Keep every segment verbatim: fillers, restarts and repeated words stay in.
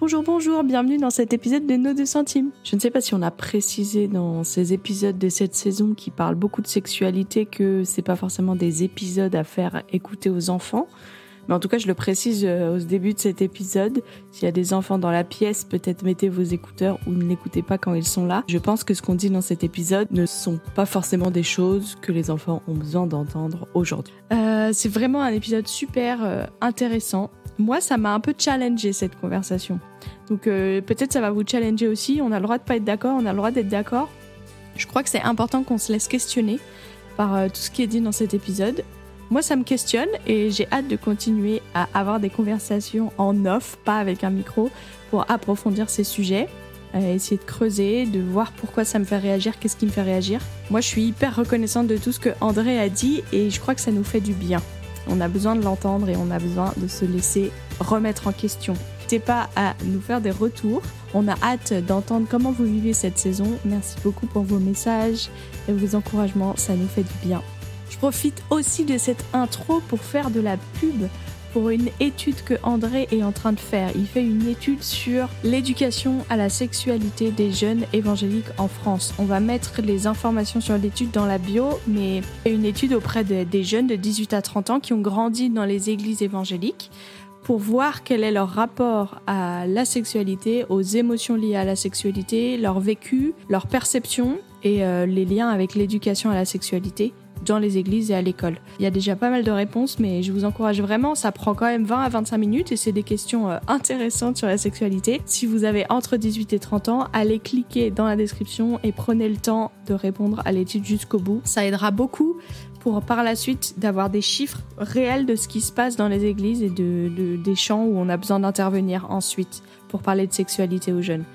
Bonjour, bonjour, bienvenue dans cet épisode de Nos deux centimes. Je ne sais pas si on a précisé dans ces épisodes de cette saison qui parlent beaucoup de sexualité que c'est pas forcément des épisodes à faire écouter aux enfants. Mais en tout cas, je le précise au début de cet épisode. S'il y a des enfants dans la pièce, peut-être mettez vos écouteurs ou ne l'écoutez pas quand ils sont là. Je pense que ce qu'on dit dans cet épisode ne sont pas forcément des choses que les enfants ont besoin d'entendre aujourd'hui. Euh, c'est vraiment un épisode super euh, intéressant. Moi, ça m'a un peu challengé cette conversation. Donc euh, peut-être ça va vous challenger aussi. On a le droit de pas être d'accord, on a le droit d'être d'accord. Je crois que c'est important qu'on se laisse questionner par euh, tout ce qui est dit dans cet épisode. Moi, ça me questionne et j'ai hâte de continuer à avoir des conversations en off, pas avec un micro, pour approfondir ces sujets, euh, essayer de creuser, de voir pourquoi ça me fait réagir, qu'est-ce qui me fait réagir. Moi, je suis hyper reconnaissante de tout ce que André a dit et je crois que ça nous fait du bien. On a besoin de l'entendre et on a besoin de se laisser remettre en question. N'hésitez pas à nous faire des retours. On a hâte d'entendre comment vous vivez cette saison. Merci beaucoup pour vos messages et vos encouragements, ça nous fait du bien. Je profite aussi de cette intro pour faire de la pub pour une étude que André est en train de faire. Il fait une étude sur l'éducation à la sexualité des jeunes évangéliques en France. On va mettre les informations sur l'étude dans la bio, mais c'est une étude auprès de, des jeunes de dix-huit à trente ans qui ont grandi dans les églises évangéliques pour voir quel est leur rapport à la sexualité, aux émotions liées à la sexualité, leur vécu, leur perception et euh, les liens avec l'éducation à la sexualité dans les églises et à l'école. Il y a déjà pas mal de réponses, mais je vous encourage vraiment, ça prend quand même vingt à vingt-cinq minutes et c'est des questions euh, intéressantes sur la sexualité. Si vous avez entre dix-huit et trente ans, allez cliquer dans la description et prenez le temps de répondre à l'étude jusqu'au bout. Ça aidera beaucoup pour par la suite d'avoir des chiffres réels de ce qui se passe dans les églises et de, de, des champs où on a besoin d'intervenir ensuite pour parler de sexualité aux jeunes.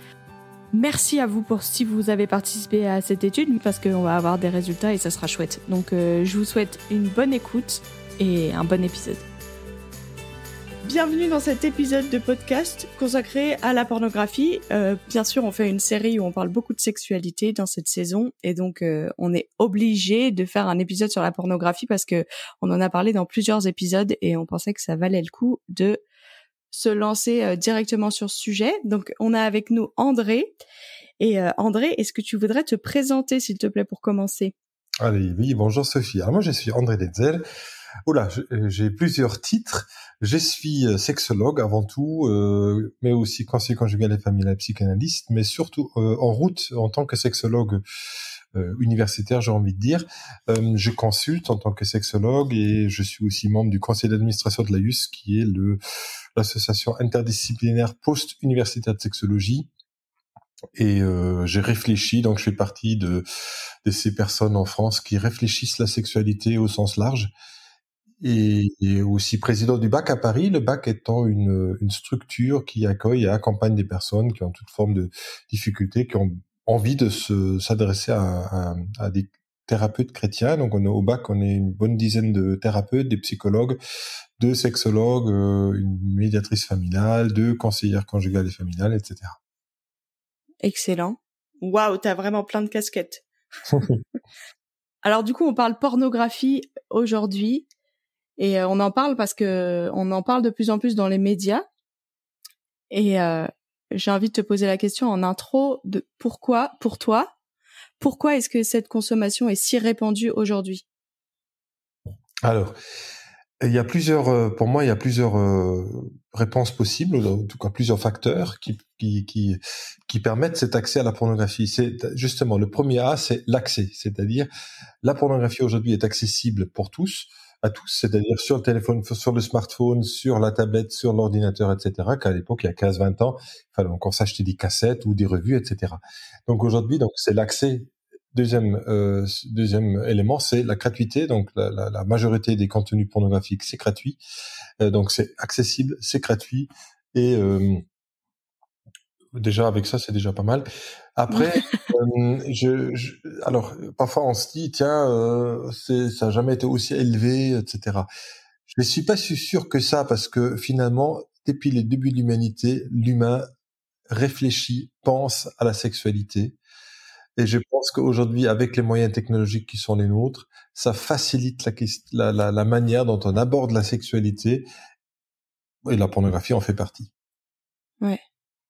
Merci à vous pour si vous avez participé à cette étude parce qu'on va avoir des résultats et ça sera chouette. Donc euh, je vous souhaite une bonne écoute et un bon épisode. Bienvenue dans cet épisode de podcast consacré à la pornographie. Euh, bien sûr, on fait une série où on parle beaucoup de sexualité dans cette saison et donc euh, on est obligé de faire un épisode sur la pornographie parce que on en a parlé dans plusieurs épisodes et on pensait que ça valait le coup de se lancer euh, directement sur ce sujet. Donc, on a avec nous André. Et euh, André, est-ce que tu voudrais te présenter, s'il te plaît, pour commencer ? Allez, oui, bonjour Sophie. Alors moi, je suis André Detzel. Oula, j'ai plusieurs titres. Je suis sexologue avant tout, euh, mais aussi conseiller conjugal et familial psychanalyste, mais surtout euh, en route en tant que sexologue euh, universitaire, j'ai envie de dire. Euh, je consulte en tant que sexologue et je suis aussi membre du conseil d'administration de l'A U S, qui est le l'association interdisciplinaire post-universitaire de sexologie. Et euh, j'ai réfléchi, donc je fais partie de, de ces personnes en France qui réfléchissent la sexualité au sens large. Et, et aussi président du B A C à Paris, le B A C étant une, une structure qui accueille et accompagne des personnes qui ont toute forme de difficultés, qui ont envie de se s'adresser à, à, à des thérapeutes chrétiens. Donc on est au B A C, on est une bonne dizaine de thérapeutes, des psychologues, de sexologues, euh, une médiatrice familiale, de conseillères conjugales et familiales, et cetera. Excellent. Waouh, t'as vraiment plein de casquettes. Alors du coup, on parle pornographie aujourd'hui et euh, on en parle parce que on en parle de plus en plus dans les médias. Et euh, j'ai envie de te poser la question en intro de pourquoi, pour toi, pourquoi est-ce que cette consommation est si répandue aujourd'hui ? Alors, il y a plusieurs, pour moi, il y a plusieurs euh, réponses possibles, en tout cas plusieurs facteurs qui qui qui qui permettent cet accès à la pornographie. C'est justement le premier A, c'est l'accès, c'est-à-dire la pornographie aujourd'hui est accessible pour tous, à tous, c'est-à-dire sur le téléphone, sur le smartphone, sur la tablette, sur l'ordinateur, et cetera. Qu'à l'époque, il y a quinze vingt ans, il fallait encore s'acheter des cassettes ou des revues, et cetera. Donc aujourd'hui, donc c'est l'accès. Deuxième, euh, deuxième élément, c'est la gratuité. Donc, la, la, la majorité des contenus pornographiques, c'est gratuit. Euh, donc, c'est accessible, c'est gratuit. Et euh, déjà, avec ça, c'est déjà pas mal. Après, euh, je, je, alors, parfois, on se dit, tiens, euh, c'est, ça n'a jamais été aussi élevé, et cetera. Je ne suis pas si sûr que ça, parce que finalement, depuis les débuts de l'humanité, l'humain réfléchit, pense à la sexualité. Et je pense qu'aujourd'hui, avec les moyens technologiques qui sont les nôtres, ça facilite la, la, la manière dont on aborde la sexualité, et la pornographie en fait partie. Ouais.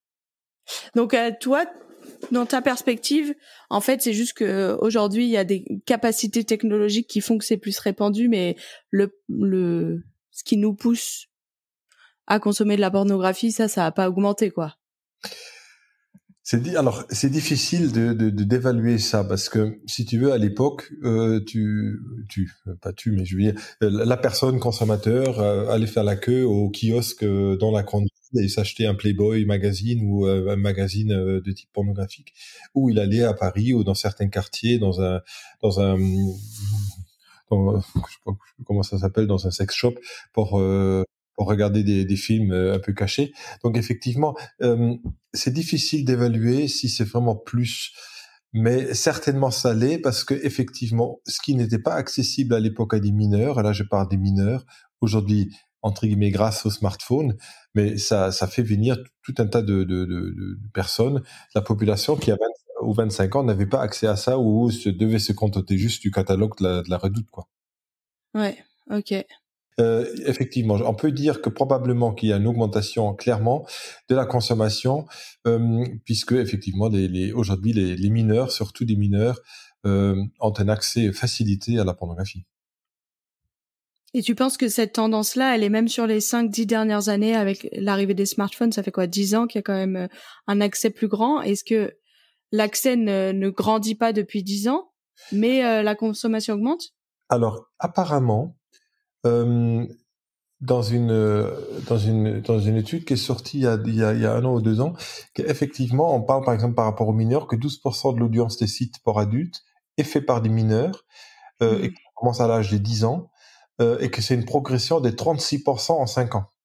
Donc euh, toi, dans ta perspective, en fait, c'est juste que aujourd'hui il y a des capacités technologiques qui font que c'est plus répandu, mais le le ce qui nous pousse à consommer de la pornographie, ça, ça a pas augmenté, quoi. C'est dit, alors c'est difficile de, de, de d'évaluer ça parce que si tu veux à l'époque euh, tu tu pas tu mais je veux dire la personne consommateur euh, allait faire la queue au kiosque euh, dans la grande ville et s'acheter un Playboy magazine ou euh, un magazine euh, de type pornographique, ou il allait à Paris ou dans certains quartiers dans un dans un dans, je sais pas comment ça s'appelle, dans un sex shop pour euh, pour regarder des, des films euh, un peu cachés. Donc effectivement, euh, c'est difficile d'évaluer si c'est vraiment plus, mais certainement ça l'est parce que effectivement, ce qui n'était pas accessible à l'époque à des mineurs, et là je parle des mineurs, aujourd'hui entre guillemets grâce au smartphone, mais ça ça fait venir tout un tas de de, de, de personnes, la population qui a vingt ou vingt-cinq ans n'avait pas accès à ça ou se devait se contenter juste du catalogue de la, de la Redoute, quoi. Ouais, ok. Euh, effectivement, on peut dire que probablement qu'il y a une augmentation clairement de la consommation, euh, puisque effectivement, les, les, aujourd'hui, les, les mineurs, surtout des mineurs, euh, ont un accès facilité à la pornographie. Et tu penses que cette tendance-là, elle est même sur les cinq dix dernières années avec l'arrivée des smartphones? Ça fait quoi, dix ans qu'il y a quand même un accès plus grand? Est-ce que l'accès ne, ne grandit pas depuis dix ans, mais euh, la consommation augmente? Alors, apparemment, euh, dans une dans une dans une étude qui est sortie il y a il y a, il y a un an ou deux ans, qu'effectivement, on parle par exemple par rapport aux mineurs que douze pour cent de l'audience des sites pour adultes est fait par des mineurs euh, Mmh. et qui commence à l'âge de dix ans. Euh, et que c'est une progression de trente-six pour cent en cinq ans.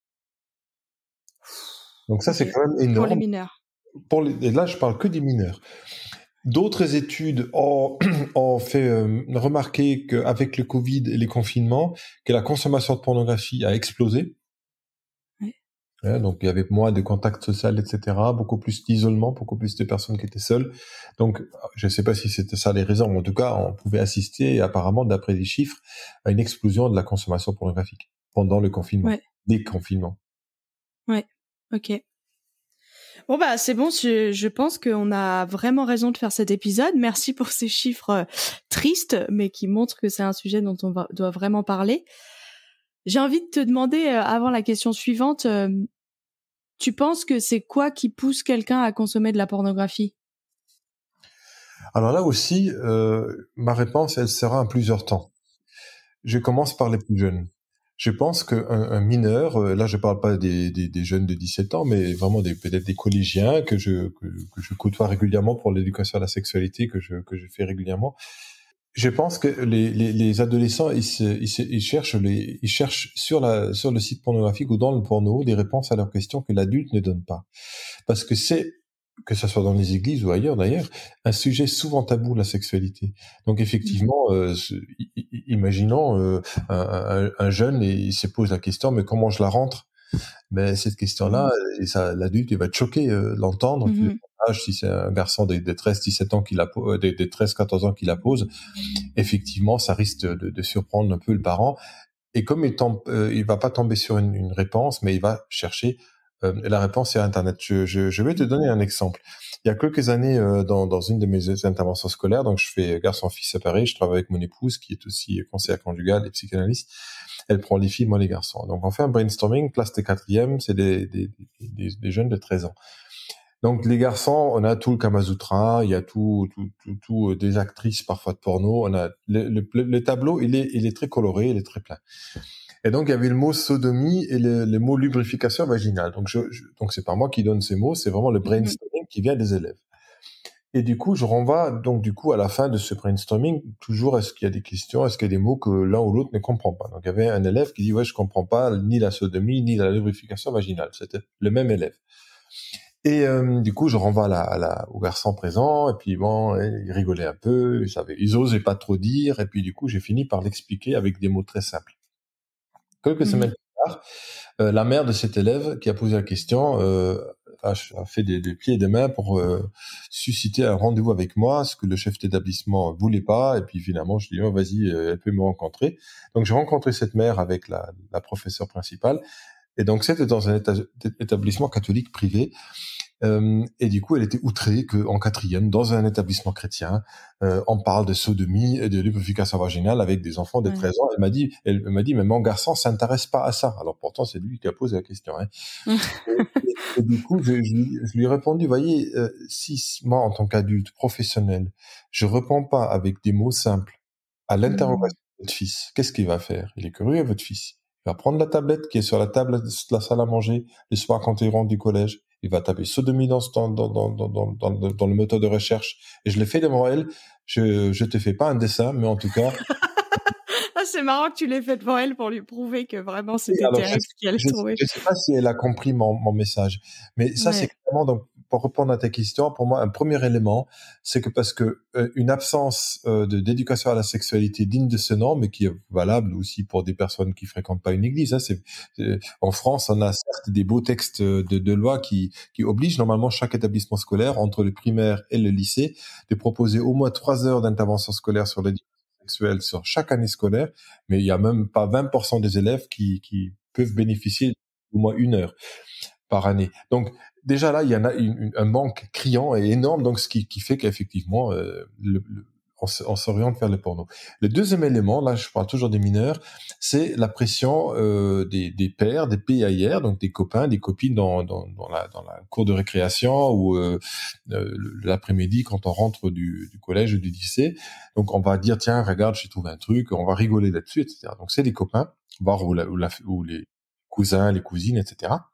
Donc ça, okay. C'est quand même énorme. Pour les mineurs. Pour les, et là, je parle que des mineurs. D'autres études ont, ont fait euh, remarquer qu'avec le Covid et les confinements, que la consommation de pornographie a explosé. Oui. Ouais, donc il y avait moins de contacts sociaux, et cetera, beaucoup plus d'isolement, beaucoup plus de personnes qui étaient seules. Donc je ne sais pas si c'était ça les raisons, mais en tout cas, on pouvait assister, apparemment, d'après les chiffres, à une explosion de la consommation pornographique pendant le confinement, ouais. les confinements. Ouais, ok. Bon bah c'est bon, je, je pense qu'on a vraiment raison de faire cet épisode. Merci pour ces chiffres euh, tristes, mais qui montrent que c'est un sujet dont on va, doit vraiment parler. J'ai envie de te demander, euh, avant la question suivante, euh, tu penses que c'est quoi qui pousse quelqu'un à consommer de la pornographie? Alors là aussi, euh, ma réponse, elle sera en plusieurs temps. Je commence par les plus jeunes. Je pense qu'un un mineur, euh, là je parle pas des, des, des jeunes de dix-sept ans, mais vraiment des, peut-être des collégiens que je, que, que je côtoie régulièrement pour l'éducation à la sexualité, que je, que je fais régulièrement. Je pense que les, les, les adolescents, ils, se, ils, se, ils cherchent, les, ils cherchent sur, la, sur le site pornographique ou dans le porno des réponses à leurs questions que l'adulte ne donne pas. Parce que c'est, que ce soit dans les églises ou ailleurs d'ailleurs, un sujet souvent tabou, la sexualité. Donc effectivement, euh, imaginons euh, un, un, un jeune et il se pose la question, mais comment je la rentre? Mais cette question-là, et ça, l'adulte, il va être choqué euh, de l'entendre. Mm-hmm. Si c'est un garçon de, de treize dix-sept ans qui la pose, de, de treize quatorze ans qui la pose, effectivement, ça risque de, de surprendre un peu le parent. Et comme il tombe, euh, il va pas tomber sur une, une réponse, mais il va chercher euh, la réponse sur Internet. Je, je, je vais te donner un exemple. Il y a quelques années, euh, dans, dans une de mes interventions scolaires, donc je fais garçon-fille séparé, je travaille avec mon épouse qui est aussi conseillère conjugale et psychanalyste. Elle prend les filles, moi les garçons. Donc on fait un brainstorming, classe de quatrième, c'est des, des, des, des jeunes de treize ans. Donc les garçons, on a tout le Kama Sutra, il y a tout, tout, tout, tout euh, des actrices parfois de porno. On a le, le, le tableau, il est, il est très coloré, il est très plein. Et donc il y avait le mot sodomie et le, le mot lubrification vaginale. Donc je, je donc c'est pas moi qui donne ces mots, c'est vraiment le brainstorming mmh. qui vient des élèves. Et du coup, je renvoie donc du coup à la fin de ce brainstorming toujours est-ce qu'il y a des questions, est-ce qu'il y a des mots que l'un ou l'autre ne comprend pas. Donc il y avait un élève qui dit ouais je comprends pas ni la sodomie ni la lubrification vaginale. C'était le même élève. Et euh, du coup, je renvoie à la, à la, au garçon présent, et puis bon, il rigolait un peu, ils, savaient, ils osaient pas trop dire, et puis du coup, j'ai fini par l'expliquer avec des mots très simples. Quelques mmh. semaines plus tard, euh, la mère de cet élève qui a posé la question euh, a, a fait des, des pieds et des mains pour euh, susciter un rendez-vous avec moi, ce que le chef d'établissement voulait pas, et puis finalement, je dis oh, vas-y, euh, elle peut me rencontrer. Donc j'ai rencontré cette mère avec la, la professeure principale, et donc c'était dans un éta- établissement catholique privé. Euh, et du coup, elle était outrée qu'en quatrième, dans un établissement chrétien, euh, on parle de sodomie et de lubrification vaginale avec des enfants de Ouais. treize ans. Elle m'a dit, elle m'a dit, mais mon garçon s'intéresse pas à ça. Alors pourtant, c'est lui qui a posé la question. Hein. Et, et- et du coup, je, je lui je lui ai répondu, voyez, euh, si moi, en tant qu'adulte professionnel, je réponds pas avec des mots simples à Mm. l'interrogation de votre fils, qu'est-ce qu'il va faire? Il est curieux, votre fils. Il va prendre la tablette qui est sur la table de la salle à manger le soir quand il rentre du collège. Il va taper sodomie dans, dans, dans, dans, dans, dans, dans, le dans le moteur de recherche. Et je l'ai fait devant elle. Je, je te fais pas un dessin, mais en tout cas, Ah, c'est marrant que tu l'aies fait pour elle pour lui prouver que vraiment oui, c'était alors je terrible ce qu'elle je trouvait. je sais pas si elle a compris mon mon message, mais ça c'est Ouais. clairement donc pour répondre à ta question, pour moi un premier élément, c'est que parce que euh, une absence euh, de d'éducation à la sexualité digne de ce nom, mais qui est valable aussi pour des personnes qui fréquentent pas une église. Hein, c'est euh, en France, on a certes des beaux textes de, de loi qui qui obligent normalement chaque établissement scolaire entre le primaire et le lycée de proposer au moins trois heures d'intervention scolaire sur l'éducation sexuelle sur chaque année scolaire, mais il y a même pas vingt pour cent des élèves qui, qui peuvent bénéficier d'au moins une heure par année. Donc déjà là, il y en a une, une, un manque criant et énorme, donc ce qui, qui fait qu'effectivement, euh, le, le, on, on s'oriente vers le porno. Le deuxième élément, là je parle toujours des mineurs, c'est la pression euh, des, des pères, des P I R, donc des copains, des copines dans, dans, dans, la, dans la cour de récréation ou euh, euh, l'après-midi quand on rentre du, du collège ou du lycée. Donc on va dire, tiens, regarde, j'ai trouvé un truc, on va rigoler là-dessus, et cetera. Donc c'est des copains, voire ou, la, ou, la, ou les cousins, les cousines, et cetera.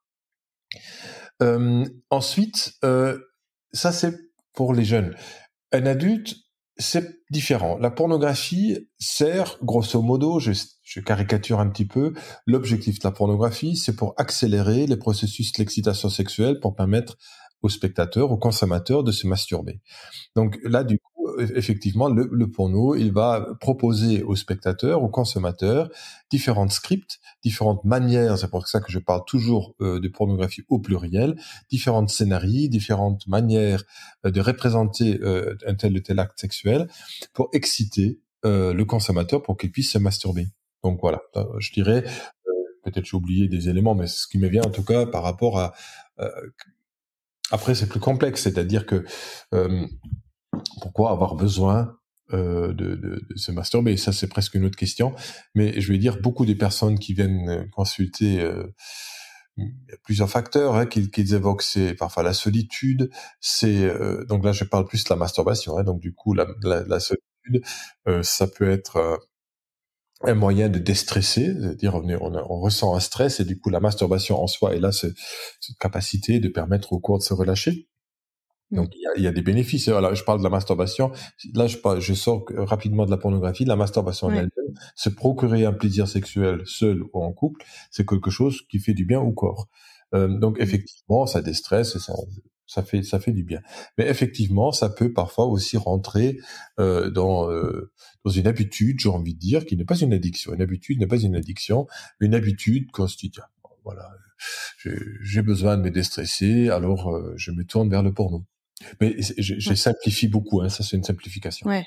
Euh, ensuite, euh, ça c'est pour les jeunes. Un adulte, c'est différent. La pornographie sert, grosso modo, je, je caricature un petit peu, l'objectif de la pornographie, c'est pour accélérer les processus de l'excitation sexuelle pour permettre aux spectateurs, aux consommateurs de se masturber. Donc là, du coup, effectivement, le, le porno, il va proposer aux spectateurs, aux consommateurs, différentes scripts, différentes manières, c'est pour ça que je parle toujours euh, de pornographie au pluriel, différentes scénarii, différentes manières euh, de représenter euh, un tel ou tel acte sexuel pour exciter euh, le consommateur pour qu'il puisse se masturber. Donc voilà, euh, je dirais, euh, peut-être j'ai oublié des éléments, mais c'est ce qui me vient en tout cas par rapport à... Euh, après, c'est plus complexe, c'est-à-dire que... Euh, pourquoi avoir besoin euh, de, de, de se masturber? Ça, c'est presque une autre question. Mais je vais dire, beaucoup des personnes qui viennent consulter, euh, il y a plusieurs facteurs hein, qu'ils, qu'ils évoquent. C'est parfois la solitude. C'est euh, donc là, je parle plus de la masturbation. Hein, donc du coup, la, la, la solitude, euh, ça peut être euh, un moyen de déstresser, c'est-à-dire on, est, on, a, on ressent un stress et du coup, la masturbation en soi est là, c'est cette capacité de permettre au corps de se relâcher. Mm. Donc il y a, il y a des bénéfices. Voilà, je parle de la masturbation. Là, je, parle, je sors rapidement de la pornographie. La masturbation en Ouais. elle-même, se procurer un plaisir sexuel seul ou en couple, c'est quelque chose qui fait du bien au corps. Euh, donc Mm. effectivement, ça déstresse et ça, ça fait ça fait du bien. Mais effectivement, ça peut parfois aussi rentrer euh, dans euh, dans une habitude, j'ai envie de dire, qui n'est pas une addiction. Une habitude n'est pas une addiction. Une habitude constitue. Voilà, j'ai, j'ai besoin de me déstresser, alors euh, je me tourne vers le porno. Mais je, je Ouais. simplifie beaucoup, hein, ça c'est une simplification. Ouais.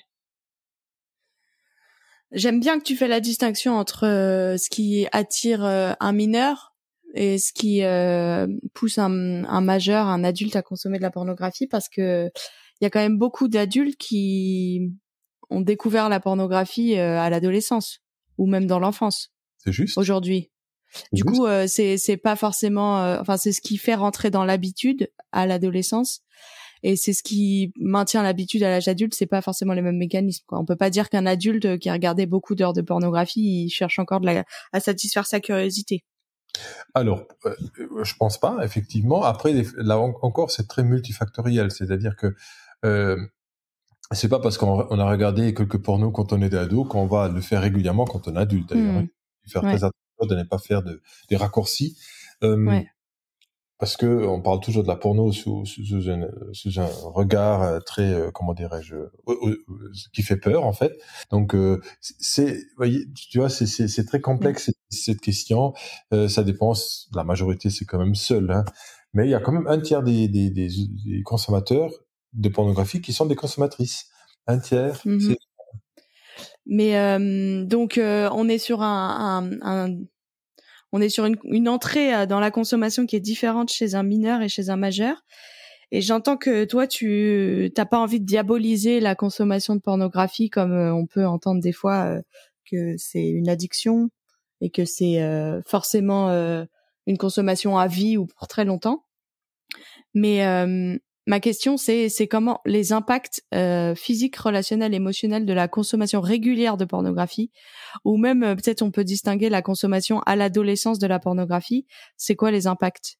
J'aime bien que tu fais la distinction entre euh, ce qui attire euh, un mineur et ce qui euh, pousse un, un majeur, un adulte à consommer de la pornographie, parce que il y a quand même beaucoup d'adultes qui ont découvert la pornographie euh, à l'adolescence ou même dans l'enfance C'est juste, aujourd'hui. c'est Du juste. coup, euh, c'est c'est pas forcément, euh, enfin c'est ce qui fait rentrer dans l'habitude à l'adolescence. Et c'est ce qui maintient l'habitude à l'âge adulte, c'est pas forcément les mêmes mécanismes, quoi. On peut pas dire qu'un adulte qui a regardé beaucoup d'heures de pornographie, il cherche encore de la, à satisfaire sa curiosité. Alors, euh, je pense pas, effectivement. Après, là encore, c'est très multifactoriel, c'est-à-dire que euh, c'est pas parce qu'on on a regardé quelques pornos quand on était ado qu'on va le faire régulièrement quand on est adulte, d'ailleurs. Hmm. Il faut faire Ouais, très attention de ne pas faire de, des raccourcis. Euh, ouais. Parce que on parle toujours de la porno sous, sous, sous, un, sous un regard euh, très, euh, comment dirais-je, euh, euh, euh, qui fait peur en fait. Donc euh, c'est, vous voyez, tu vois, c'est, c'est, c'est très Mm. complexe cette, cette question. Euh, ça dépend. La majorité c'est quand même seul, hein. Mais il y a quand même un tiers des, des, des, des consommateurs de pornographie qui sont des consommatrices. Un tiers, Mhm. c'est Mais euh, donc euh, on est sur un, un, un on est sur une, une entrée euh, dans la consommation qui est différente chez un mineur et chez un majeur. Et j'entends que toi, tu t'as pas envie de diaboliser la consommation de pornographie comme euh, on peut entendre des fois euh, que c'est une addiction et que c'est euh, forcément euh, une consommation à vie ou pour très longtemps. Mais euh, ma question, c'est c'est comment les impacts euh, physiques, relationnels, émotionnels de la consommation régulière de pornographie, ou même euh, peut-être on peut distinguer la consommation à l'adolescence de la pornographie. C'est quoi les impacts?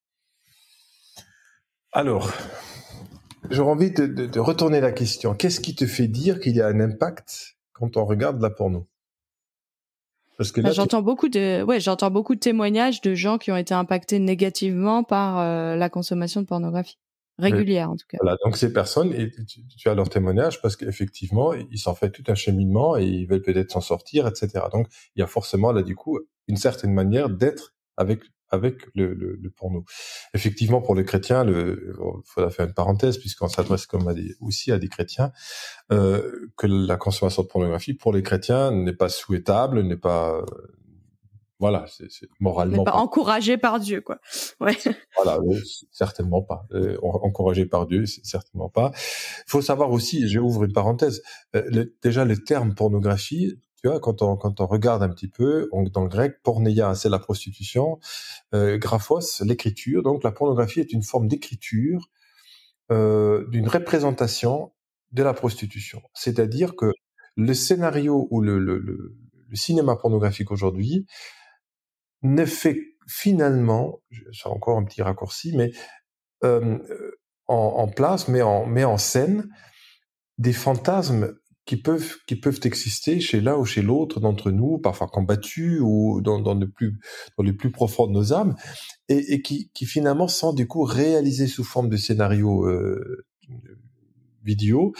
Alors, j'aurais envie de, de, de retourner la question. Qu'est-ce qui te fait dire qu'il y a un impact quand on regarde la porno? Parce que Enfin, là, tu... j'entends beaucoup de, ouais, j'entends beaucoup de témoignages de gens qui ont été impactés négativement par euh, la consommation de pornographie Oui. régulière, en tout cas. Voilà, donc ces personnes, et tu, tu as leur témoignage parce qu'effectivement, ils s'en fait tout un cheminement et ils veulent peut-être s'en sortir, et cetera. Donc, il y a forcément là du coup une certaine manière d'être avec avec le, le, le porno. Effectivement, pour les chrétiens, le, il faudra faire une parenthèse puisqu'on s'adresse comme à des, aussi à des chrétiens, euh, que la consommation de pornographie pour les chrétiens n'est pas souhaitable, n'est pas voilà, c'est, c'est moralement Mais pas pas. encouragé par Dieu, quoi. Ouais. Voilà, euh, certainement pas. Euh, encouragé par Dieu, c'est certainement pas. Il faut savoir aussi, j'ouvre une parenthèse, euh, le, déjà le terme pornographie, tu vois, quand on quand on regarde un petit peu, on, dans le grec, porneia, c'est la prostitution, euh, graphos, l'écriture. Donc la pornographie est une forme d'écriture, euh, d'une représentation de la prostitution. C'est-à-dire que le scénario ou le, le, le, le cinéma pornographique aujourd'hui ne fait finalement, c'est encore un petit raccourci, mais euh, en, en place, met en, met en scène des fantasmes qui peuvent qui peuvent exister chez l'un ou chez l'autre d'entre nous, parfois combattus ou dans, dans le plus dans les plus profonds de nos âmes, et, et qui, qui finalement sont du coup réalisés sous forme de scénario euh, vidéo.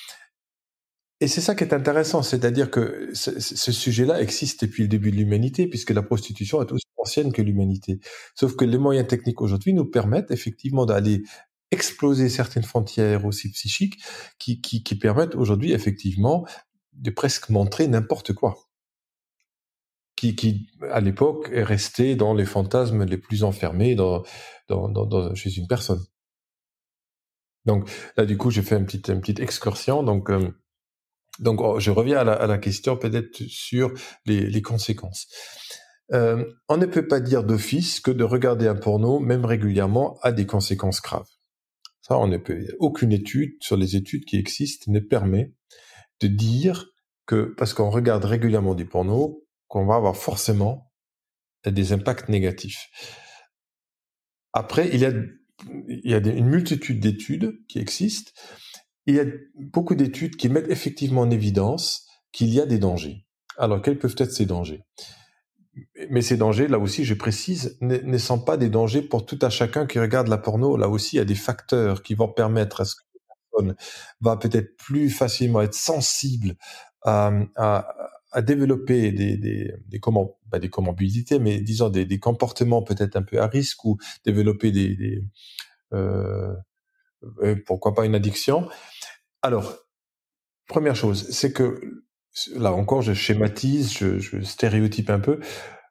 Et c'est ça qui est intéressant, c'est-à-dire que ce, ce sujet-là existe depuis le début de l'humanité, puisque la prostitution est aussi ancienne que l'humanité. Sauf que les moyens techniques aujourd'hui nous permettent effectivement d'aller exploser certaines frontières aussi psychiques qui, qui, qui permettent aujourd'hui effectivement de presque montrer n'importe quoi, qui, qui à l'époque est resté dans les fantasmes les plus enfermés dans, dans, dans, dans, chez une personne. Donc là, du coup, j'ai fait une petite, une petite excursion. Donc euh, Donc, oh, je reviens à la, à la question peut-être sur les, les conséquences. Euh, on ne peut pas dire d'office que de regarder un porno, même régulièrement, a des conséquences graves. Ça, on ne peut. Aucune étude sur les études qui existent ne permet de dire que parce qu'on regarde régulièrement du porno, qu'on va avoir forcément des impacts négatifs. Après, il y a, il y a des, une multitude d'études qui existent. Il y a beaucoup d'études qui mettent effectivement en évidence qu'il y a des dangers. Alors, quels peuvent être ces dangers? Mais ces dangers, là aussi, je précise, ne, ne sont pas des dangers pour tout à chacun qui regarde la porno. Là aussi, il y a des facteurs qui vont permettre à ce que la personne va peut-être plus facilement être sensible à, à, à développer des, des, des, comment, bah des comorbidités, mais disons des, des comportements peut-être un peu à risque ou développer des, des euh, pourquoi pas une addiction. Alors, première chose, c'est que, là encore, je schématise, je, je stéréotype un peu.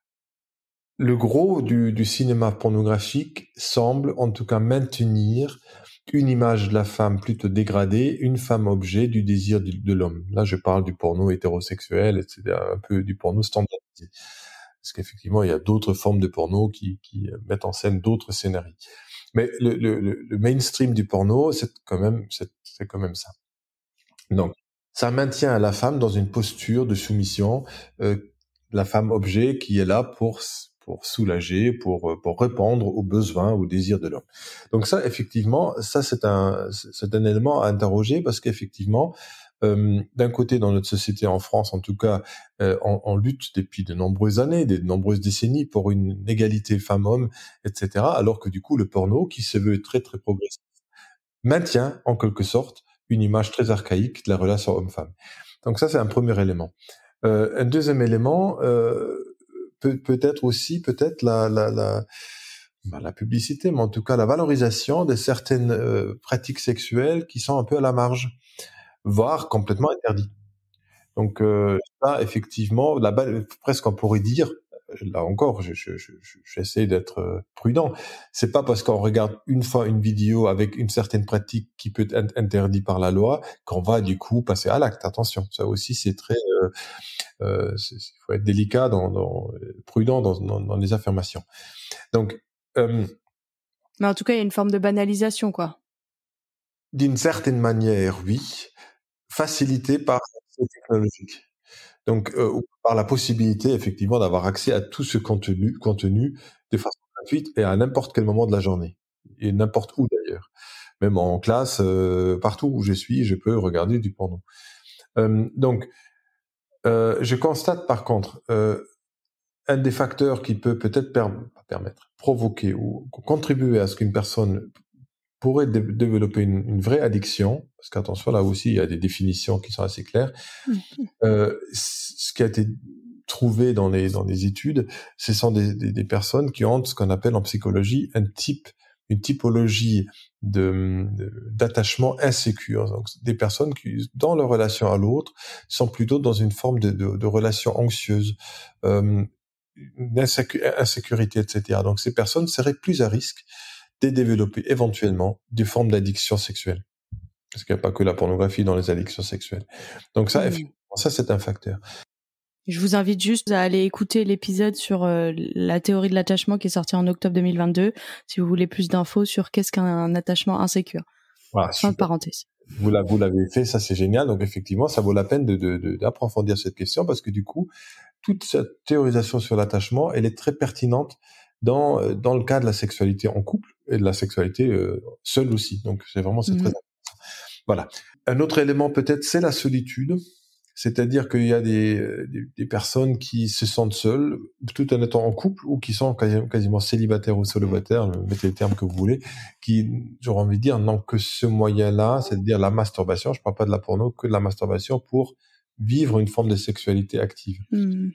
Le gros du, du cinéma pornographique semble, en tout cas, maintenir une image de la femme plutôt dégradée, une femme objet du désir de, de l'homme. Là, je parle du porno hétérosexuel, et cetera, un peu du porno standardisé. Parce qu'effectivement, il y a d'autres formes de porno qui, qui mettent en scène d'autres scénarios. Mais le, le, le mainstream du porno, c'est quand même, c'est, c'est quand même ça. Donc, ça maintient la femme dans une posture de soumission, euh, la femme objet qui est là pour pour soulager, pour pour répondre aux besoins, aux désirs de l'homme. Donc ça, effectivement, ça c'est un c'est un élément à interroger parce qu'effectivement, euh, d'un côté dans notre société en France, en tout cas, euh, on, on lutte depuis de nombreuses années, de nombreuses décennies pour une égalité femmes-hommes, et cetera. Alors que du coup, le porno, qui se veut très très progressif, maintient en quelque sorte une image très archaïque de la relation homme-femme. Donc ça, c'est un premier élément. Euh, un deuxième élément, euh, peut, peut-être aussi, peut-être la, la, la, bah, la publicité, mais en tout cas la valorisation de certaines euh, pratiques sexuelles qui sont un peu à la marge, voire complètement interdites. Donc euh, ça, effectivement, là-bas, presque on pourrait dire, là encore, je, je, je, j'essaie d'être prudent. C'est pas parce qu'on regarde une fois une vidéo avec une certaine pratique qui peut être interdite par la loi qu'on va du coup passer à l'acte. Attention, ça aussi c'est très, euh, euh, il faut être délicat, dans, dans, prudent dans, dans, dans les affirmations. Donc, euh, mais en tout cas, il y a une forme de banalisation, quoi. D'une certaine manière, oui, facilité par l'accès technologique. Donc, euh, par la possibilité, effectivement, d'avoir accès à tout ce contenu, contenu de façon gratuite et à n'importe quel moment de la journée. Et n'importe où, d'ailleurs. Même en classe, euh, partout où je suis, je peux regarder du porno. Euh, donc, euh, je constate, par contre, euh, un des facteurs qui peut peut-être per- permettre, provoquer ou contribuer à ce qu'une personne pourrait dé- développer une, une vraie addiction, parce qu'attention, là aussi, il y a des définitions qui sont assez claires. Mmh. Euh, ce qui a été trouvé dans les dans les études, ce sont des, des, des personnes qui ont ce qu'on appelle en psychologie un type, une typologie de, de d'attachement insécure. Donc, des personnes qui, dans leur relation à l'autre, sont plutôt dans une forme de, de, de relation anxieuse, euh, une insécu- insécurité, et cetera. Donc, ces personnes seraient plus à risque de développer éventuellement des formes d'addiction sexuelle. Parce qu'il n'y a pas que la pornographie dans les addictions sexuelles. Donc ça, mmh. effectivement, ça c'est un facteur. Je vous invite juste à aller écouter l'épisode sur euh, la théorie de l'attachement qui est sorti en octobre deux mille vingt-deux, si vous voulez plus d'infos sur qu'est-ce qu'un attachement insécure. Voilà, fin de parenthèse. Vous, la, vous l'avez fait, ça c'est génial. Donc effectivement, ça vaut la peine de, de, de, d'approfondir cette question parce que du coup, toute cette théorisation sur l'attachement, elle est très pertinente dans, dans le cas de la sexualité en couple et de la sexualité euh, seule aussi. Donc c'est vraiment, c'est mmh. très important. Voilà. Un autre élément peut-être, c'est la solitude. C'est-à-dire qu'il y a des, des, des personnes qui se sentent seules, tout en étant en couple, ou qui sont quasiment, quasiment célibataires ou célibataires, mettez les termes que vous voulez, qui, j'aurais envie de dire, n'ont que ce moyen-là, c'est-à-dire la masturbation, je parle pas de la porno, que de la masturbation pour vivre une forme de sexualité active. Mmh.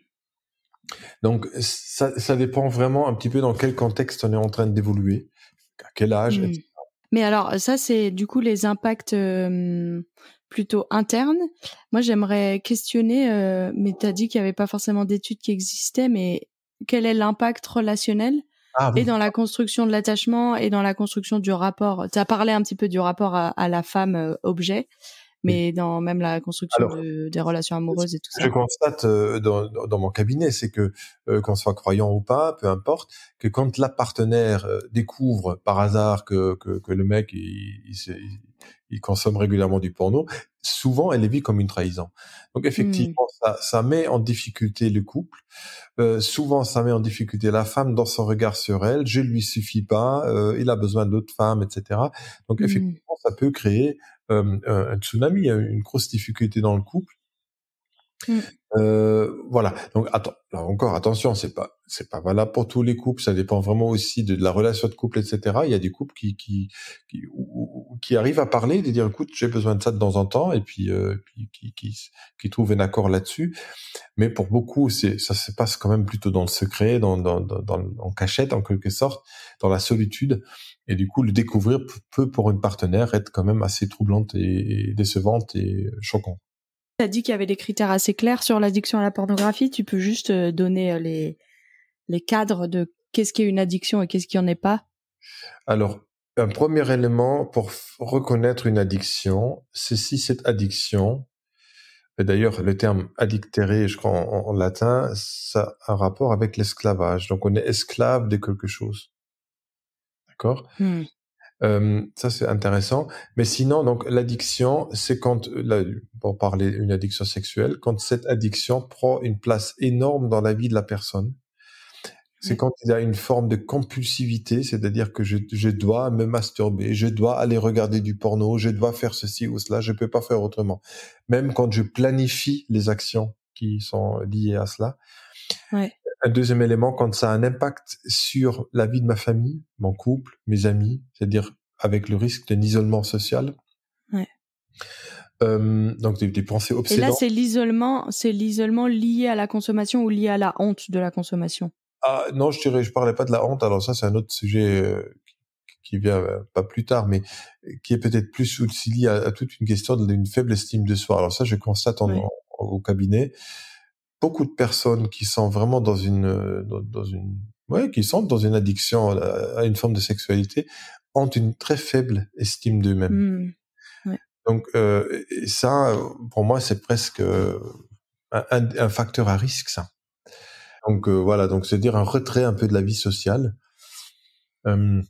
Donc, ça, ça dépend vraiment un petit peu dans quel contexte on est en train d'évoluer, à quel âge, mmh. et cetera. Mais alors, ça, c'est du coup les impacts euh, plutôt internes. Moi, j'aimerais questionner, euh, mais tu as dit qu'il n'y avait pas forcément d'études qui existaient, mais quel est l'impact relationnel ah, oui. et dans la construction de l'attachement et dans la construction du rapport? Tu as parlé un petit peu du rapport à, à la femme euh, objet, mais oui. dans même la construction Alors, de, des relations amoureuses et tout ça. Ce que je constate euh, dans, dans mon cabinet, c'est que euh, qu'on soit croyant ou pas, peu importe, que quand la partenaire euh, découvre par hasard que que, que le mec il, il, il, il consomme régulièrement du porno, souvent elle est vue comme une trahison. Donc effectivement, mmh. ça, ça met en difficulté le couple. Euh, souvent, ça met en difficulté la femme dans son regard sur elle. Je lui suffis pas, euh, il a besoin d'autres femmes, et cetera. Donc mmh. effectivement, ça peut créer euh, un tsunami, une grosse difficulté dans le couple. Mmh. Euh, voilà. Donc, attends, là encore, attention, c'est pas, c'est pas valable pour tous les couples. Ça dépend vraiment aussi de, de la relation de couple, et cetera. Il y a des couples qui, qui, qui, ou, qui arrivent à parler, de dire, écoute, j'ai besoin de ça de temps en temps, et puis, euh, puis qui, qui, qui trouvent un accord là-dessus. Mais pour beaucoup, c'est, ça se passe quand même plutôt dans le secret, dans, dans, dans, dans en cachette, en quelque sorte, dans la solitude. Et du coup, le découvrir peut, pour une partenaire, être quand même assez troublante et, et décevante et choquante. Tu as dit qu'il y avait des critères assez clairs sur l'addiction à la pornographie. Tu peux juste donner les, les cadres de qu'est-ce qui est une addiction et qu'est-ce qui en est pas? Alors, un premier élément pour f- reconnaître une addiction, c'est si cette addiction, et d'ailleurs le terme addictere, je crois en, en latin, ça a un rapport avec l'esclavage. Donc on est esclave de quelque chose. D'accord ? Hmm. Euh, ça c'est intéressant, mais sinon donc l'addiction c'est quand là, pour parler d'une addiction sexuelle, quand cette addiction prend une place énorme dans la vie de la personne, c'est oui. Quand il y a une forme de compulsivité, c'est-à-dire que je, je dois me masturber, je dois aller regarder du porno, je dois faire ceci ou cela, je peux pas faire autrement. Même quand je planifie les actions qui sont liées à cela. Ouais. Un deuxième élément, quand ça a un impact sur la vie de ma famille, mon couple, mes amis, c'est-à-dire avec le risque d'un isolement social. Ouais. Euh, donc des, des pensées obsédantes. Et là, c'est l'isolement, c'est l'isolement lié à la consommation ou lié à la honte de la consommation? Ah non, je dirais, je parlais pas de la honte. Alors ça, c'est un autre sujet euh, qui vient euh, pas plus tard, mais qui est peut-être plus aussi lié à, à toute une question d'une faible estime de soi. Alors ça, je constate en, ouais. en, au cabinet. beaucoup de personnes qui sont vraiment dans une, dans, dans une, ouais, qui sont dans une addiction à, à une forme de sexualité, ont une très faible estime d'eux-mêmes. Mmh. Ouais. Donc euh, et ça, pour moi, c'est presque euh, un, un, un facteur à risque, ça. Donc euh, voilà, donc c'est dire un retrait un peu de la vie sociale. Euh,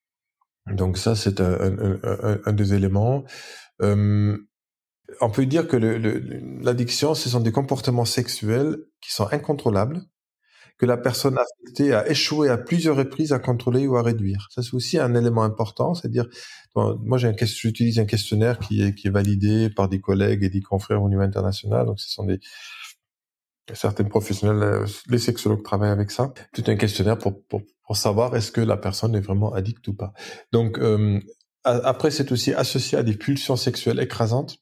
donc ça, c'est un, un, un, un des éléments. Euh, on peut dire que le, le, l'addiction, ce sont des comportements sexuels qui sont incontrôlables, que la personne affectée a échoué à plusieurs reprises à contrôler ou à réduire. Ça, c'est aussi un élément important, c'est-à-dire, bon, moi, j'ai un, j'utilise un questionnaire qui est, qui est validé par des collègues et des confrères au niveau international, donc ce sont des certains professionnels, les sexologues travaillent avec ça. Tout un questionnaire pour, pour, pour savoir est-ce que la personne est vraiment addicte ou pas. Donc, euh, après, c'est aussi associé à des pulsions sexuelles écrasantes,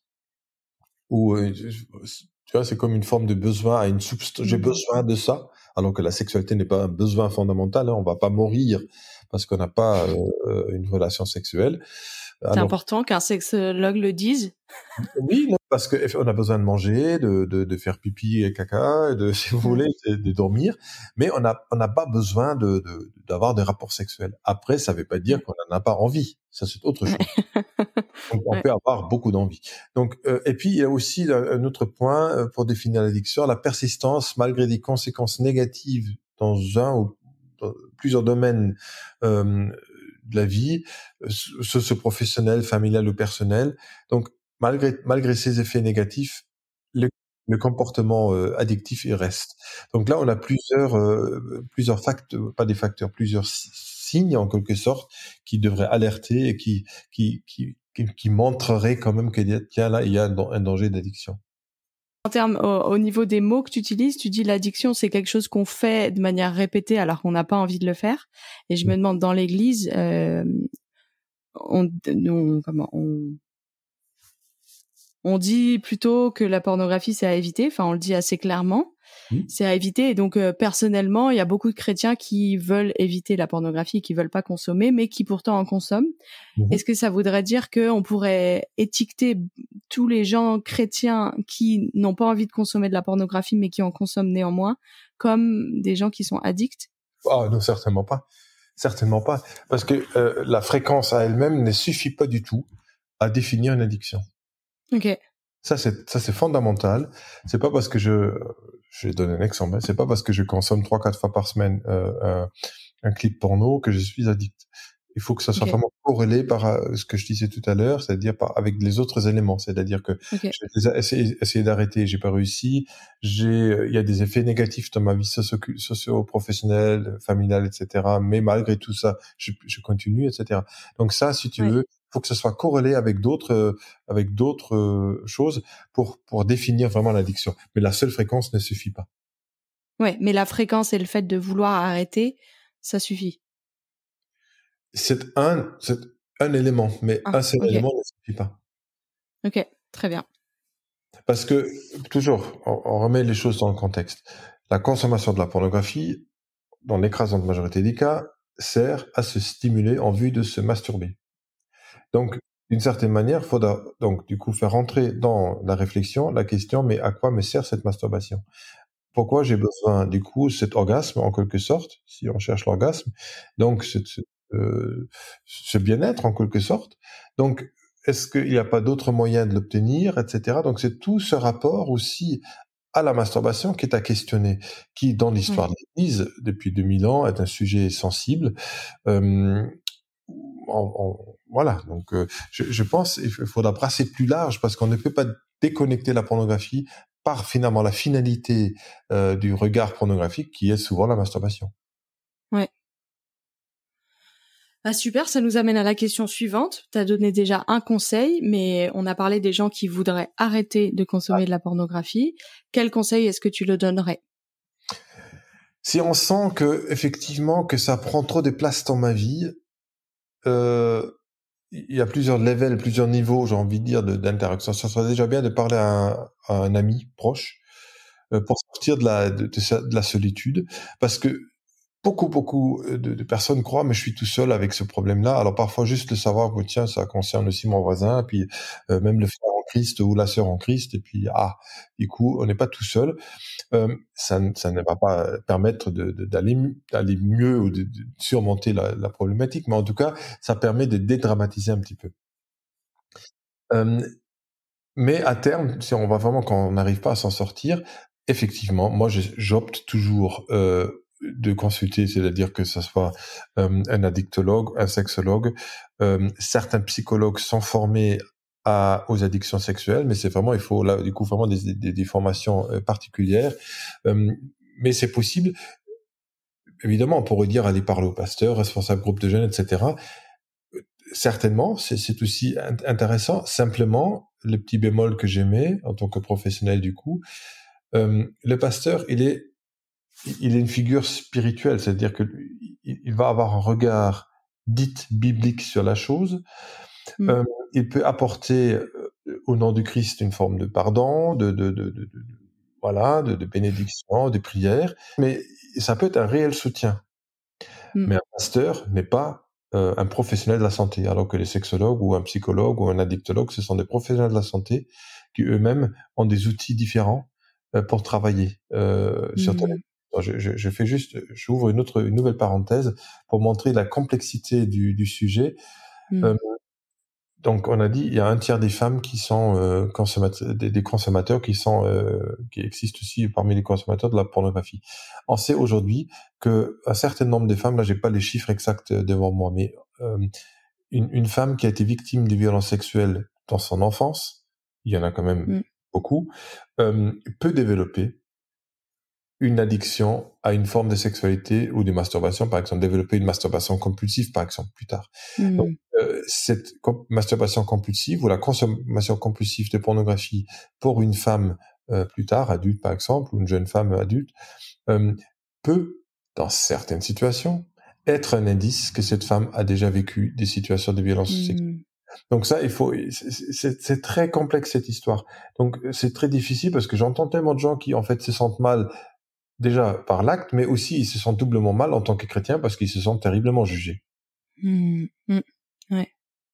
où, euh, tu vois, c'est comme une forme de besoin à une substance. J'ai besoin de ça, alors que la sexualité n'est pas un besoin fondamental. Hein. On va pas mourir parce qu'on n'a pas euh, une relation sexuelle. Alors, c'est important qu'un sexologue le dise. Oui, non, parce que on a besoin de manger, de, de, de faire pipi et caca, de, si vous voulez, de, de dormir, mais on n'a on n'a pas besoin de, de d'avoir des rapports sexuels. Après, ça veut pas dire qu'on n'en a pas envie. Ça, c'est autre chose. Donc, on ouais. peut avoir beaucoup d'envie. Donc, euh, et puis il y a aussi un autre point pour définir l'addiction, la persistance malgré des conséquences négatives dans un ou dans plusieurs domaines euh, de la vie, socio-professionnel, familial ou personnel. Donc Malgré, malgré ces effets négatifs, le, le comportement euh, addictif, il reste. Donc là, on a plusieurs, euh, plusieurs facteurs, pas des facteurs, plusieurs signes, en quelque sorte, qui devraient alerter et qui, qui, qui, qui, qui montreraient quand même qu'il y a, tiens, là, il y a un, un danger d'addiction. En termes, au, au niveau des mots que tu utilises, tu dis l'addiction, c'est quelque chose qu'on fait de manière répétée alors qu'on n'a pas envie de le faire. Et je me demande, dans l'église, euh, on, on, comment, on, On dit plutôt que la pornographie, c'est à éviter. Enfin, on le dit assez clairement. Mmh. C'est à éviter. Et donc, euh, personnellement, il y a beaucoup de chrétiens qui veulent éviter la pornographie, qui veulent pas consommer, mais qui pourtant en consomment. Mmh. Est-ce que ça voudrait dire qu'on pourrait étiqueter tous les gens chrétiens qui n'ont pas envie de consommer de la pornographie, mais qui en consomment néanmoins, comme des gens qui sont addicts? Ah non, certainement pas. Certainement pas. Parce que euh, la fréquence à elle-même ne suffit pas du tout à définir une addiction. Ok. Ça c'est ça c'est fondamental. C'est pas parce que je je vais donner un exemple. C'est pas parce que je consomme trois quatre fois par semaine euh, un, un clip porno que je suis addict. Il faut que ça soit okay. vraiment corrélé par euh, ce que je disais tout à l'heure, c'est-à-dire par avec les autres éléments. C'est-à-dire que okay. j'ai essayé, essayé d'arrêter, j'ai pas réussi. J'ai il y a des effets négatifs dans ma vie socio, socio-professionnelle, familiale, et cetera. Mais malgré tout ça, je, je continue, et cetera. Donc ça, si tu ouais. veux. Faut que ce soit corrélé avec d'autres euh, avec d'autres euh, choses pour pour définir vraiment l'addiction. Mais la seule fréquence ne suffit pas. Ouais, mais la fréquence et le fait de vouloir arrêter, ça suffit. C'est un c'est un élément, mais ah, un seul okay. élément ne suffit pas. Ok, très bien. Parce que toujours, on, on remet les choses dans le contexte. La consommation de la pornographie, dans l'écrasante majorité des cas, sert à se stimuler en vue de se masturber. Donc, d'une certaine manière, il faudra donc du coup faire rentrer dans la réflexion la question, mais à quoi me sert cette masturbation? Pourquoi j'ai besoin du coup cet orgasme en quelque sorte, si on cherche l'orgasme, donc ce, euh, ce bien-être en quelque sorte. Donc, est-ce qu'il n'y a pas d'autres moyens de l'obtenir, et cetera. Donc, c'est tout ce rapport aussi à la masturbation qui est à questionner, qui dans l'histoire mmh. de l'Église depuis deux mille ans est un sujet sensible. Euh, En, en, voilà, donc euh, je, je pense qu'il faudra brasser plus large parce qu'on ne peut pas déconnecter la pornographie par finalement la finalité euh, du regard pornographique qui est souvent la masturbation. Ouais. Ah super, ça nous amène à la question suivante. Tu as donné déjà un conseil, mais on a parlé des gens qui voudraient arrêter de consommer ah. de la pornographie. Quel conseil est-ce que tu le donnerais ? Si on sent que effectivement que ça prend trop de place dans ma vie, Euh, il y a plusieurs levels, plusieurs niveaux, j'ai envie de dire, de, d'interaction. Ça serait déjà bien de parler à un, à un ami proche euh, pour sortir de la, de, de, de la solitude, parce que beaucoup, beaucoup de, de personnes croient, mais je suis tout seul avec ce problème-là. Alors parfois, juste le savoir que tiens, ça concerne aussi mon voisin, puis euh, même le frère en Christ ou la sœur en Christ, et puis ah, du coup, on n'est pas tout seul. Euh, ça, ça ne va pas permettre de, de, d'aller, d'aller mieux ou de, de surmonter la, la problématique, mais en tout cas, ça permet de dédramatiser un petit peu. Euh, mais à terme, si on va vraiment, quand on n'arrive pas à s'en sortir, effectivement, moi, je, j'opte toujours euh, de consulter, c'est-à-dire que ce soit euh, un addictologue, un sexologue. Euh, certains psychologues sont formés à, aux addictions sexuelles, mais c'est vraiment, il faut là, du coup, vraiment des, des, des formations euh, particulières. Euh, mais c'est possible. Évidemment, on pourrait dire aller parler au pasteur, responsable groupe de jeunes, et cetera. Certainement, c'est, c'est aussi int- intéressant. Simplement, le petit bémol que j'aimais en tant que professionnel du coup, euh, le pasteur, il est, il est une figure spirituelle, c'est-à-dire que il, il va avoir un regard dit biblique sur la chose. Mm. Euh, il peut apporter euh, au nom du Christ une forme de pardon, de, de, de, de, de voilà, de, de bénédiction, de prière, mais ça peut être un réel soutien. Mm. Mais un pasteur n'est pas euh, un professionnel de la santé, alors que les sexologues ou un psychologue ou un addictologue, ce sont des professionnels de la santé qui eux-mêmes ont des outils différents euh, pour travailler euh, sur Mm. tel- je, je, je fais juste, j'ouvre une autre, une nouvelle parenthèse pour montrer la complexité du, du sujet. Mm. Euh, donc, on a dit, il y a un tiers des femmes qui sont euh, consommateurs, des, des consommateurs qui sont, euh, qui existent aussi parmi les consommateurs de la pornographie. On sait aujourd'hui que un certain nombre de femmes, là, j'ai pas les chiffres exacts devant moi, mais euh, une, une femme qui a été victime de violences sexuelles dans son enfance, il y en a quand même Mm. beaucoup, euh, peut développer une addiction à une forme de sexualité ou de masturbation, par exemple, développer une masturbation compulsive, par exemple, plus tard. Mm. Donc, euh, cette com- masturbation compulsive ou la consommation compulsive de pornographie pour une femme euh, plus tard, adulte, par exemple, ou une jeune femme adulte, euh, peut, dans certaines situations, être un indice que cette femme a déjà vécu des situations de violence sexuelle. Mm. Donc ça, il faut, c'est, c'est, c'est très complexe cette histoire. Donc c'est très difficile parce que j'entends tellement de gens qui en fait se sentent mal déjà par l'acte, mais aussi ils se sentent doublement mal en tant que chrétiens parce qu'ils se sentent terriblement jugés. Mm. Mm. Ouais.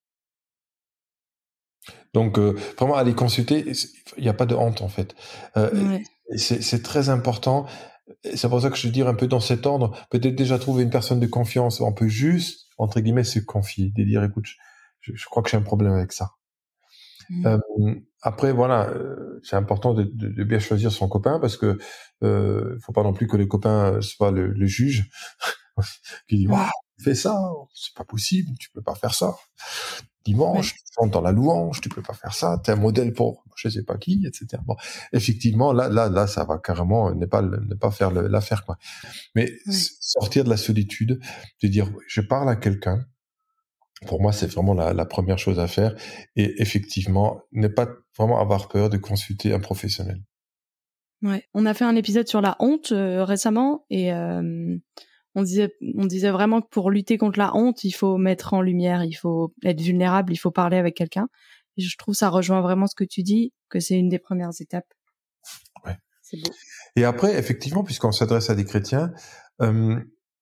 Donc euh, vraiment aller consulter, il n'y a pas de honte en fait. Euh, Ouais. c'est, c'est très important. C'est pour ça que je veux dire un peu dans cet ordre, peut-être déjà trouver une personne de confiance. On peut juste, entre guillemets, se confier, de dire écoute, je, je crois que j'ai un problème avec ça. Mm. Euh, après, voilà, euh, c'est important de, de, de bien choisir son copain parce que euh, faut pas non plus que le copain soit le, le juge qui dit waouh, fais ça, c'est pas possible, tu peux pas faire ça. Dimanche, Ouais. tu rentres dans la louange, tu peux pas faire ça, t'es un modèle pour je sais pas qui, et cetera. Bon, effectivement, là, là, là, ça va carrément ne pas ne pas faire le, l'affaire quoi. Mais Ouais. sortir de la solitude, de dire je parle à quelqu'un. Pour moi, c'est vraiment la, la première chose à faire. Et effectivement, ne pas vraiment avoir peur de consulter un professionnel. Ouais. On a fait un épisode sur la honte euh, récemment et euh, on disait, on disait vraiment que pour lutter contre la honte, il faut mettre en lumière, il faut être vulnérable, il faut parler avec quelqu'un. Et je trouve ça rejoint vraiment ce que tu dis, que c'est une des premières étapes. Ouais. C'est beau. Et après, effectivement, puisqu'on s'adresse à des chrétiens, euh,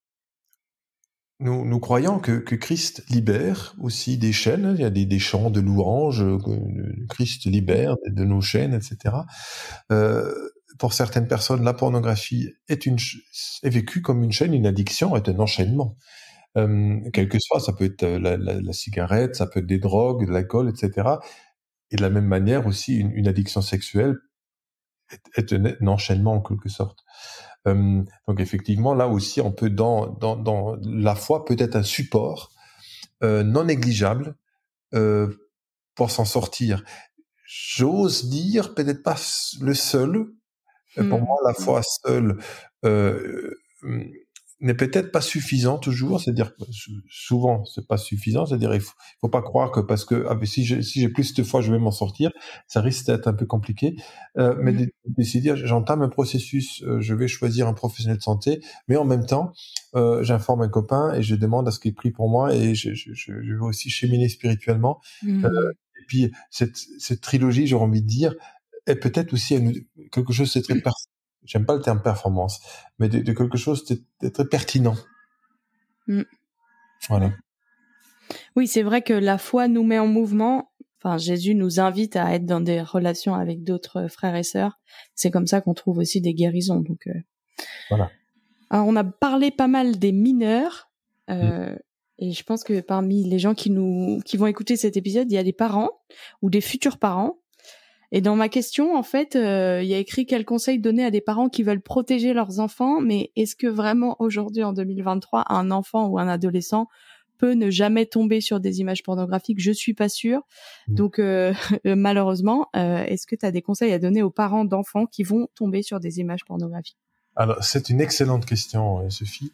nous, nous croyons que, que Christ libère aussi des chaînes. Il y a des, des chants de louanges, que Christ libère de, de nos chaînes, et cetera. Euh, pour certaines personnes, la pornographie est, une, est vécue comme une chaîne, une addiction, est un enchaînement. Euh, quel que soit, ça peut être la, la, la cigarette, ça peut être des drogues, de l'alcool, et cetera. Et de la même manière aussi, une, une addiction sexuelle est, est un, un enchaînement en quelque sorte. Euh, donc effectivement, là aussi, on peut dans, dans, dans la foi peut être un support euh, non négligeable euh, pour s'en sortir. J'ose dire peut-être pas le seul. Pour moi, la foi seule euh, n'est peut-être pas suffisant toujours. C'est-à-dire que souvent, c'est pas suffisant. C'est-à-dire il faut, faut pas croire que parce que ah, si j'ai si j'ai plus de foi, je vais m'en sortir. Ça risque d'être un peu compliqué. Euh, mais de décider, j'entame un processus. Euh, je vais choisir un professionnel de santé, mais en même temps, euh, j'informe un copain et je demande à ce qu'il prie pour moi et je, je, je, je veux aussi cheminer spirituellement. Mmh. Euh, et puis cette, cette trilogie, j'aurais envie de dire, est peut-être aussi une, quelque chose de très per- j'aime pas le terme performance, mais de, de quelque chose de, de très pertinent. Mmh. Voilà. Oui, c'est vrai que la foi nous met en mouvement, Enfin, Jésus nous invite à être dans des relations avec d'autres frères et sœurs. C'est comme ça qu'on trouve aussi des guérisons. Donc, euh... voilà. Alors, on a parlé pas mal des mineurs. Euh, mmh. Et je pense que parmi les gens qui nous, qui vont écouter cet épisode, il y a des parents ou des futurs parents. Et dans ma question, en fait, euh, il y a écrit quels conseils donner à des parents qui veulent protéger leurs enfants. Mais est-ce que vraiment aujourd'hui, en deux mille vingt-trois, un enfant ou un adolescent peut ne jamais tomber sur des images pornographiques? Je suis pas sûre. Mmh. Donc, euh, malheureusement, euh, est-ce que tu as des conseils à donner aux parents d'enfants qui vont tomber sur des images pornographiques? Alors, c'est une excellente question, Sophie.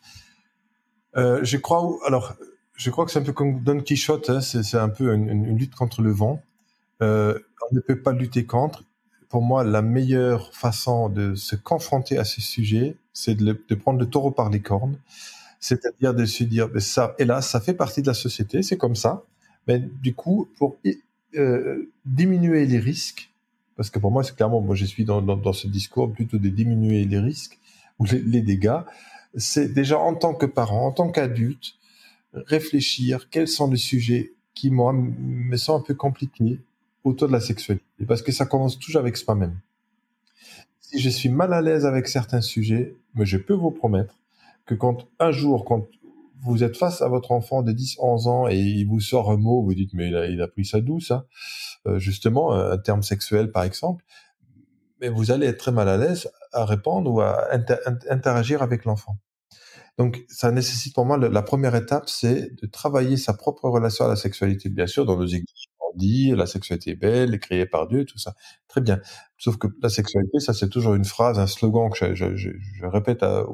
Euh, je crois, alors, je crois que c'est un peu comme Don Quichotte, hein, c'est, c'est un peu une, une lutte contre le vent. Euh, on ne peut pas lutter contre. Pour moi, la meilleure façon de se confronter à ce sujet, c'est de, le, de prendre le taureau par les cornes. C'est-à-dire de se dire, mais ça, hélas, ça fait partie de la société, c'est comme ça. Mais du coup, pour euh, diminuer les risques, parce que pour moi, c'est clairement, moi, je suis dans, dans, dans ce discours plutôt de diminuer les risques ou les, les dégâts. C'est déjà en tant que parent, en tant qu'adulte, réfléchir quels sont les sujets qui, moi, me sont un peu compliqués autour de la sexualité. Parce que ça commence toujours avec soi-même. Si je suis mal à l'aise avec certains sujets, mais je peux vous promettre que quand un jour, quand vous êtes face à votre enfant de dix, onze ans et il vous sort un mot, vous dites mais il a, il a pris ça d'où ça, euh, justement un terme sexuel par exemple, mais vous allez être très mal à l'aise à répondre ou à inter- interagir avec l'enfant. Donc ça nécessite pour moi, la première étape, c'est de travailler sa propre relation à la sexualité. Bien sûr, dans nos églises, on dit la sexualité est belle, créée par Dieu, tout ça, très bien. Sauf que la sexualité, ça c'est toujours une phrase, un slogan que je, je, je, je répète à,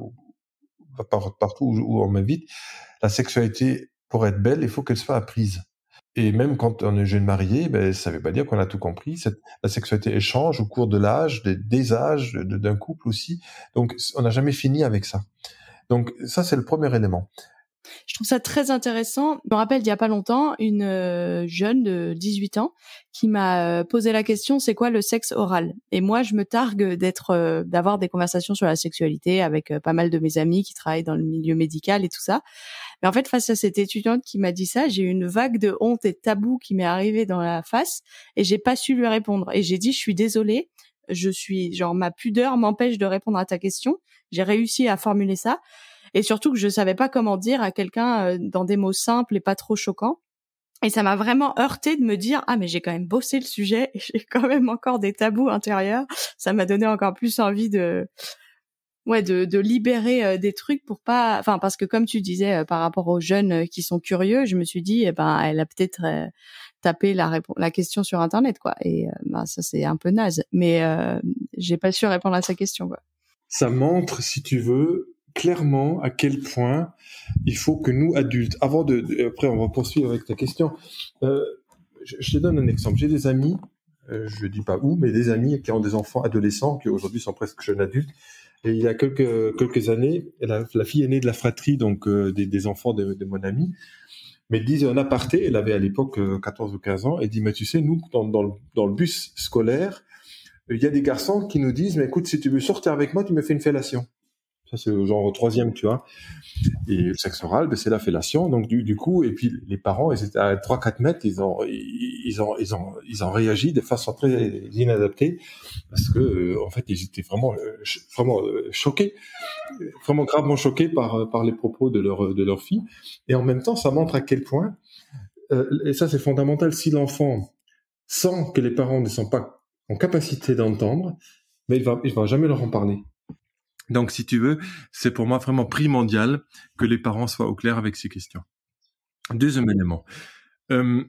partout où on m'invite. La sexualité, pour être belle, il faut qu'elle soit apprise. Et même quand on est jeune marié, ben, ça ne veut pas dire qu'on a tout compris. Cette, la sexualité échange au cours de l'âge, des, des âges, de, d'un couple aussi. Donc, on n'a jamais fini avec ça. Donc, ça, c'est le premier élément. Je trouve ça très intéressant. Je me rappelle, il y a pas longtemps, une euh, jeune de dix-huit ans qui m'a euh, posé la question, c'est quoi le sexe oral? Et moi, je me targue d'être, euh, d'avoir des conversations sur la sexualité avec euh, pas mal de mes amis qui travaillent dans le milieu médical et tout ça. Mais en fait, face à cette étudiante qui m'a dit ça, j'ai eu une vague de honte et de tabou qui m'est arrivée dans la face et j'ai pas su lui répondre. Et j'ai dit, je suis désolée, je suis, genre, ma pudeur m'empêche de répondre à ta question. J'ai réussi à formuler ça. Et surtout que je savais pas comment dire à quelqu'un euh, dans des mots simples et pas trop choquants. Et ça m'a vraiment heurté de me dire, ah, mais j'ai quand même bossé le sujet et j'ai quand même encore des tabous intérieurs. Ça m'a donné encore plus envie de, ouais, de, de libérer euh, des trucs pour pas, enfin, parce que comme tu disais, euh, par rapport aux jeunes euh, qui sont curieux, je me suis dit, eh ben, elle a peut-être euh, tapé la réponse, la question sur Internet, quoi. Et euh, ben, ça, c'est un peu naze. Mais euh, j'ai pas su répondre à sa question, quoi. Ça montre, si tu veux, clairement à quel point il faut que nous, adultes, avant de... de après, on va poursuivre avec ta question. Euh, je, je te donne un exemple. J'ai des amis, euh, je dis pas où, mais des amis qui ont des enfants adolescents, qui aujourd'hui sont presque jeunes adultes. Et il y a quelques, quelques années, la, la fille aînée de la fratrie, donc euh, des, des enfants de, de mon ami, mais disait en aparté, elle avait à l'époque euh, quatorze ou quinze ans, et dit, mais tu sais, nous, dans, dans, le, dans le bus scolaire, il y a des garçons qui nous disent, mais écoute, si tu veux sortir avec moi, tu me fais une fellation. Ça, c'est au genre au troisième, tu vois. Et le sexe oral, ben, c'est la fellation. Donc, du, du coup, et puis les parents, ils étaient à trois quatre mètres, ils ont, ils ont, ils ont, ils ont réagi de façon très inadaptée parce que, euh, en fait, ils étaient vraiment, euh, vraiment euh, choqués, vraiment gravement choqués par, par les propos de leur, de leur fille. Et en même temps, ça montre à quel point, euh, et ça, c'est fondamental, si l'enfant sent que les parents ne sont pas en capacité d'entendre, mais il va, il va jamais leur en parler. Donc, si tu veux, c'est pour moi vraiment primordial que les parents soient au clair avec ces questions. Deuxième élément. Euh,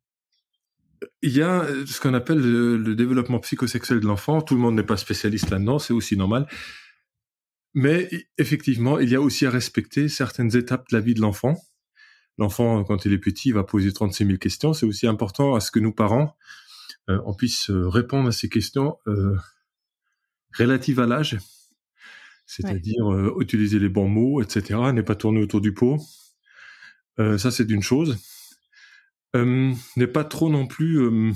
il y a ce qu'on appelle le, le développement psychosexuel de l'enfant. Tout le monde n'est pas spécialiste là-dedans, c'est aussi normal. Mais effectivement, il y a aussi à respecter certaines étapes de la vie de l'enfant. L'enfant, quand il est petit, il va poser trente-six mille questions. C'est aussi important à ce que nous, parents, euh, on puisse répondre à ces questions euh, relatives à l'âge. C'est-à-dire ouais. euh, utiliser les bons mots, et cetera, n'est pas tourner autour du pot. Euh, ça, c'est une chose. Euh, n'est pas trop non plus euh,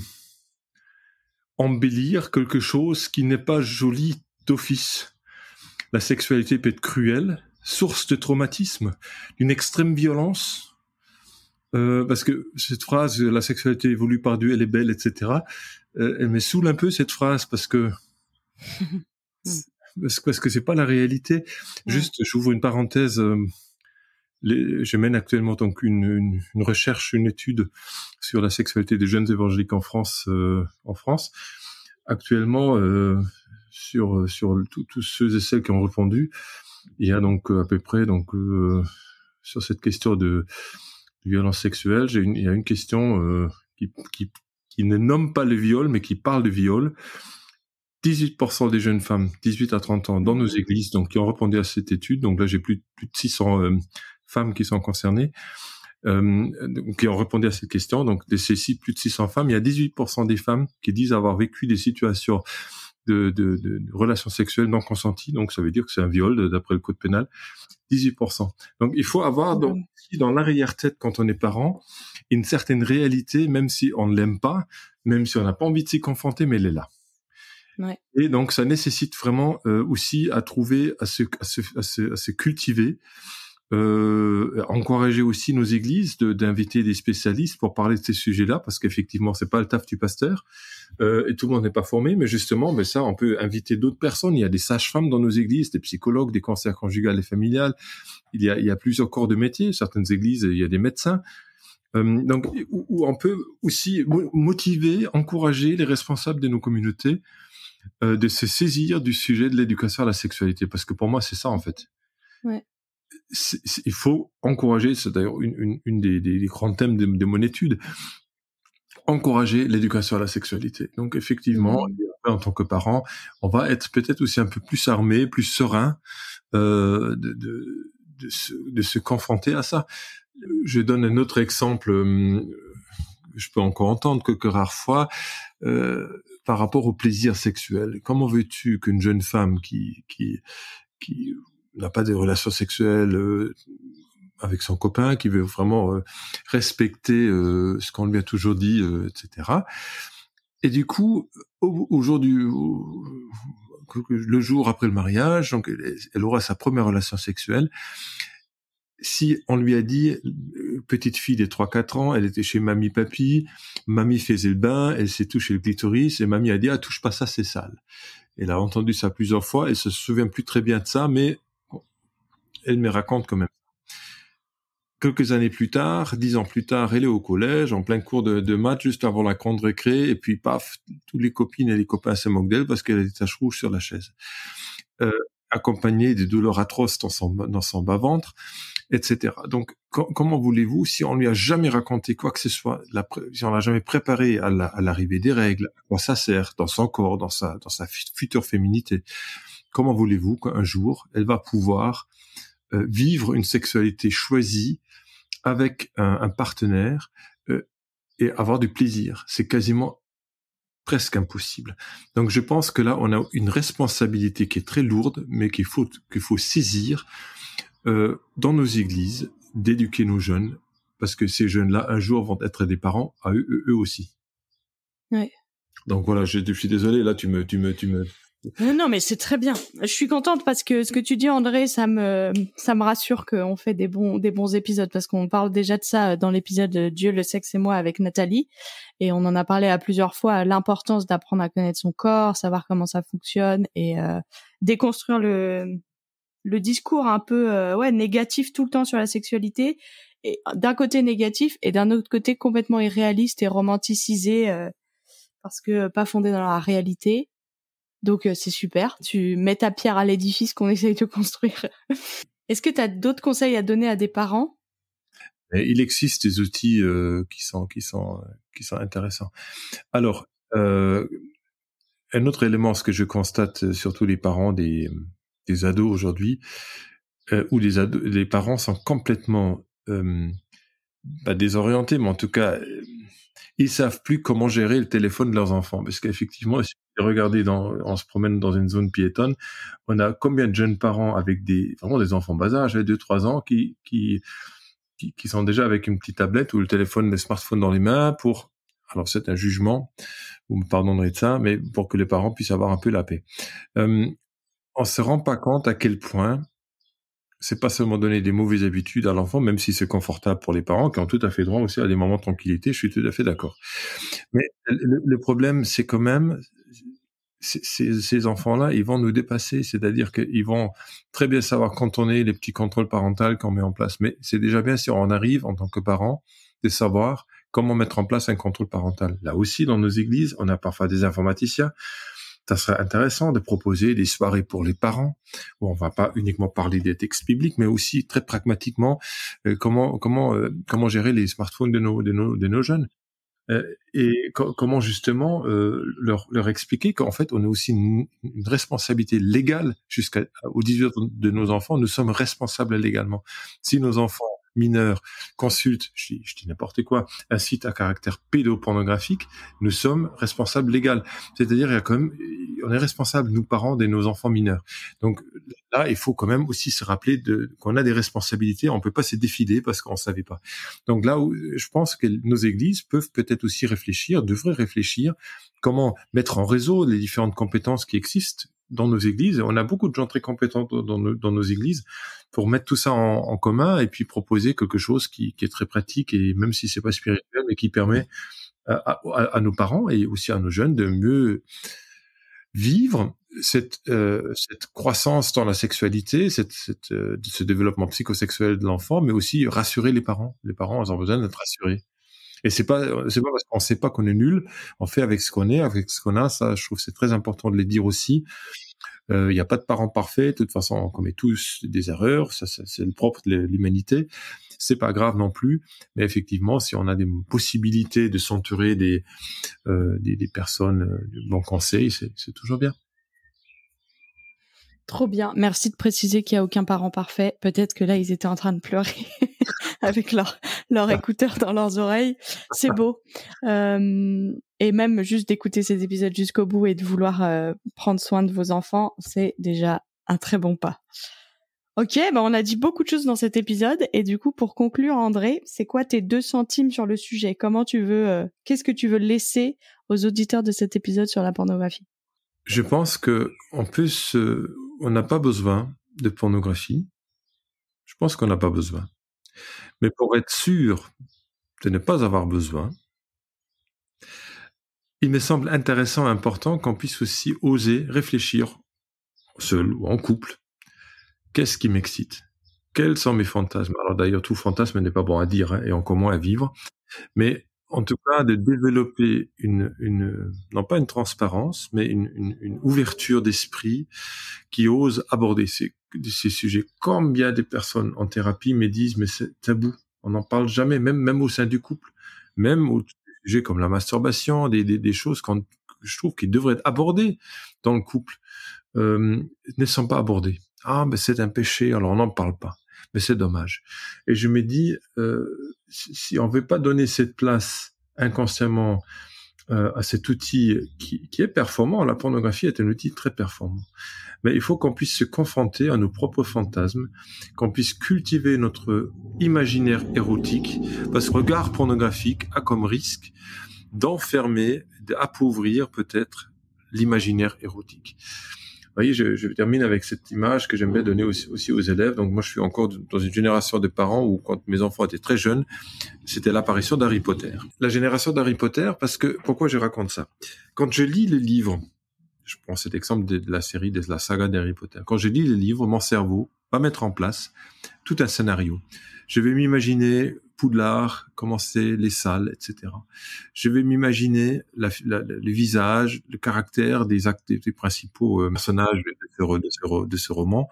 embellir quelque chose qui n'est pas joli d'office. La sexualité peut être cruelle, source de traumatisme, d'une extrême violence. Euh, parce que cette phrase, la sexualité évolue par Dieu, elle est belle, et cetera. Euh, elle me saoule un peu cette phrase parce que parce, parce que c'est pas la réalité. Ouais. Juste, j'ouvre une parenthèse. Euh, les, je mène actuellement donc une, une, une recherche, une étude sur la sexualité des jeunes évangéliques en France. Euh, en France, actuellement, euh, sur sur tous ceux et celles qui ont répondu, il y a donc à peu près donc euh, sur cette question de violence sexuelle, j'ai une, il y a une question euh, qui, qui, qui ne nomme pas le viol, mais qui parle de viol. dix-huit pour cent des jeunes femmes, dix-huit à trente ans, dans nos églises, donc qui ont répondu à cette étude. Donc là, j'ai plus, plus de six cents euh, femmes qui sont concernées, euh, qui ont répondu à cette question. Donc de ces six, plus de six cents femmes, il y a dix-huit pour cent des femmes qui disent avoir vécu des situations de, de, de, de relations sexuelles non consenties. Donc ça veut dire que c'est un viol d'après le code pénal. dix-huit pour cent. Donc il faut avoir dans, dans l'arrière-tête quand on est parent une certaine réalité, même si on ne l'aime pas, même si on n'a pas envie de s'y confronter, mais elle est là. Ouais. Et donc ça nécessite vraiment euh, aussi à trouver, à se, à se, à se, à se cultiver, euh, encourager aussi nos églises de, d'inviter des spécialistes pour parler de ces sujets-là, parce qu'effectivement c'est pas le taf du pasteur euh, et tout le monde n'est pas formé, mais justement, mais ça on peut inviter d'autres personnes. Il y a des sages-femmes dans nos églises, des psychologues, des conseillers conjugales et familiales. Il y a, il y a plusieurs corps de métier. Certaines églises, il y a des médecins. Euh, donc où, où on peut aussi motiver, encourager les responsables de nos communautés euh, de se saisir du sujet de l'éducation à la sexualité, parce que pour moi c'est ça en fait. Ouais. C'est, c'est, il faut encourager, c'est d'ailleurs une, une, une des, des, des grands thèmes de, de mon étude, encourager l'éducation à la sexualité. Donc effectivement, mmh. en tant que parent, on va être peut-être aussi un peu plus armé, plus serein euh, de, de, de, se, de se confronter à ça. Je donne un autre exemple, euh, je peux encore entendre que, que rares fois, euh, par rapport au plaisir sexuel. Comment veux-tu qu'une jeune femme qui, qui, qui n'a pas de relations sexuelles euh, avec son copain, qui veut vraiment euh, respecter euh, ce qu'on lui a toujours dit, euh, et cetera. Et du coup, au, au jour du, au, le jour après le mariage, donc elle, elle aura sa première relation sexuelle. Si on lui a dit, petite fille de trois quatre ans, elle était chez mamie papy, mamie faisait le bain, elle s'est touchée le clitoris, et mamie a dit, ah, touche pas ça, c'est sale. Elle a entendu ça plusieurs fois, elle se souvient plus très bien de ça, mais bon, elle me raconte quand même. Quelques années plus tard, dix ans plus tard, elle est au collège, en plein cours de, de maths, juste avant la grande récré, et puis paf, toutes les copines et les copains se moquent d'elle parce qu'elle a des taches rouges sur la chaise. Euh, accompagnée des douleurs atroces dans son, dans son bas-ventre, et cetera. Donc, com- comment voulez-vous, si on lui a jamais raconté quoi que ce soit, la pré- si on l'a jamais préparé à, la, à l'arrivée des règles, à quoi ça sert, dans son corps, dans sa, dans sa future féminité, comment voulez-vous qu'un jour, elle va pouvoir euh, vivre une sexualité choisie avec un, un partenaire euh, et avoir du plaisir? C'est quasiment presque impossible. Donc je pense que là, on a une responsabilité qui est très lourde, mais qu'il faut, qu'il faut saisir euh, dans nos églises, d'éduquer nos jeunes, parce que ces jeunes-là, un jour, vont être des parents à eux, eux aussi. Ouais. Donc voilà, je, je suis désolé, là, tu me... Tu me, tu me... Non, non, mais c'est très bien. Je suis contente parce que ce que tu dis, André, ça me, ça me rassure qu'on fait des bons, des bons épisodes, parce qu'on parle déjà de ça dans l'épisode Dieu, le sexe et moi avec Nathalie. Et on en a parlé à plusieurs fois, l'importance d'apprendre à connaître son corps, savoir comment ça fonctionne et euh, déconstruire le, le discours un peu euh, ouais négatif tout le temps sur la sexualité, et d'un côté négatif et d'un autre côté complètement irréaliste et romanticisé euh, parce que pas fondé dans la réalité. Donc euh, c'est super, tu mets ta pierre à l'édifice qu'on essaye de construire. Est-ce que tu as d'autres conseils à donner à des parents? Il existe des outils euh, qui sont qui sont qui sont intéressants. Alors, euh, un autre élément, ce que je constate, surtout les parents des des ados aujourd'hui, euh, où les ados, les parents sont complètement euh, pas désorientés, mais en tout cas, euh, ils savent plus comment gérer le téléphone de leurs enfants, parce qu'effectivement, si vous regardez dans, on se promène dans une zone piétonne, on a combien de jeunes parents avec des vraiment des enfants bas âge, deux trois ans, qui qui Qui, qui sont déjà avec une petite tablette ou le téléphone, le smartphone dans les mains pour, alors c'est un jugement, vous me pardonnerez de ça, mais pour que les parents puissent avoir un peu la paix. Euh, on se rend pas compte à quel point c'est pas seulement donner des mauvaises habitudes à l'enfant, même si c'est confortable pour les parents, qui ont tout à fait droit aussi à des moments de tranquillité, je suis tout à fait d'accord. Mais le, le problème, c'est quand même, ces, ces, ces enfants-là, ils vont nous dépasser, c'est-à-dire qu'ils vont très bien savoir contourner les petits contrôles parentaux qu'on met en place, mais c'est déjà bien si on arrive, en tant que parents, de savoir comment mettre en place un contrôle parental. Là aussi, dans nos églises, on a parfois des informaticiens. Ça serait intéressant de proposer des soirées pour les parents, où on va pas uniquement parler des textes bibliques, mais aussi très pragmatiquement euh, comment comment euh, comment gérer les smartphones de nos de nos de nos jeunes. Euh, et co- comment justement euh, leur leur expliquer qu'en fait on a aussi une, une responsabilité légale jusqu'au dix-huit de nos enfants. Nous sommes responsables légalement. Si nos enfants mineurs consultent, je dis, je dis n'importe quoi, un site à caractère pédopornographique, nous sommes responsables légaux. C'est-à-dire, il y a quand même, on est responsables, nous parents, de nos enfants mineurs. Donc là, il faut quand même aussi se rappeler de, qu'on a des responsabilités, on peut pas se défiler parce qu'on savait pas. Donc là où je pense que nos églises peuvent peut-être aussi réfléchir, devraient réfléchir, comment mettre en réseau les différentes compétences qui existent dans nos églises. On a beaucoup de gens très compétents dans nos, dans nos églises pour mettre tout ça en, en commun et puis proposer quelque chose qui, qui est très pratique et même si c'est pas spirituel, mais qui permet à, à, à nos parents et aussi à nos jeunes de mieux vivre cette, euh, cette croissance dans la sexualité, cette, cette, euh, ce développement psychosexuel de l'enfant, mais aussi rassurer les parents. Les parents, ils ont besoin d'être rassurés. Et c'est pas, c'est pas parce qu'on sait pas qu'on est nul, on fait avec ce qu'on est, avec ce qu'on a. Ça, je trouve que c'est très important de les dire aussi. Il euh, n'y a pas de parents parfaits. De toute façon, on commet tous des erreurs. Ça, ça c'est le propre de l'humanité. C'est pas grave non plus. Mais effectivement, si on a des possibilités de s'entourer des, euh, des, des personnes de bon conseil, c'est, c'est toujours bien. Trop bien. Merci de préciser qu'il n'y a aucun parent parfait. Peut-être que là, ils étaient en train de pleurer avec leur, leur écouteur dans leurs oreilles. C'est beau. Euh, et même juste d'écouter ces épisodes jusqu'au bout et de vouloir euh, prendre soin de vos enfants, c'est déjà un très bon pas. Ok, bah on a dit beaucoup de choses dans cet épisode. Et du coup, pour conclure, André, c'est quoi tes deux centimes sur le sujet? Comment tu veux, euh, qu'est-ce que tu veux laisser aux auditeurs de cet épisode sur la pornographie? Je pense que en plus, euh, on n'a pas besoin de pornographie. Je pense qu'on n'a pas besoin. Mais pour être sûr de ne pas avoir besoin, il me semble intéressant, important qu'on puisse aussi oser réfléchir, seul ou en couple, qu'est-ce qui m'excite? Quels sont mes fantasmes? Alors d'ailleurs, tout fantasme n'est pas bon à dire hein, et encore moins à vivre, mais en tout cas de développer une, une non pas une transparence, mais une, une, une ouverture d'esprit qui ose aborder ces, ces sujets. Combien de personnes en thérapie me disent mais c'est tabou, on n'en parle jamais, même même au sein du couple, même au sujets comme la masturbation, des, des, des choses qu'on, que je trouve qui devraient être abordées dans le couple, euh, ne sont pas abordées. Ah, mais c'est un péché, alors on n'en parle pas. Mais c'est dommage. Et je me dis, euh, si on ne veut pas donner cette place inconsciemment euh, à cet outil qui, qui est performant, la pornographie est un outil très performant. Mais il faut qu'on puisse se confronter à nos propres fantasmes, qu'on puisse cultiver notre imaginaire érotique, parce que le regard pornographique a comme risque d'enfermer, d'appauvrir peut-être l'imaginaire érotique. Vous voyez, je, je termine avec cette image que j'aime bien donner aussi, aussi aux élèves. Donc moi, je suis encore dans une génération de parents où, quand mes enfants étaient très jeunes, c'était l'apparition d'Harry Potter. La génération d'Harry Potter, parce que, pourquoi je raconte ça? Quand je lis les livres, je prends cet exemple de, de la série, de la saga d'Harry Potter. Quand je lis les livres, mon cerveau va mettre en place tout un scénario. Je vais m'imaginer Poudlard, comment c'est, les salles, et cetera. Je vais m'imaginer la, la, le visage, le caractère des actes, des principaux euh, personnages de ce, de, ce, de ce roman.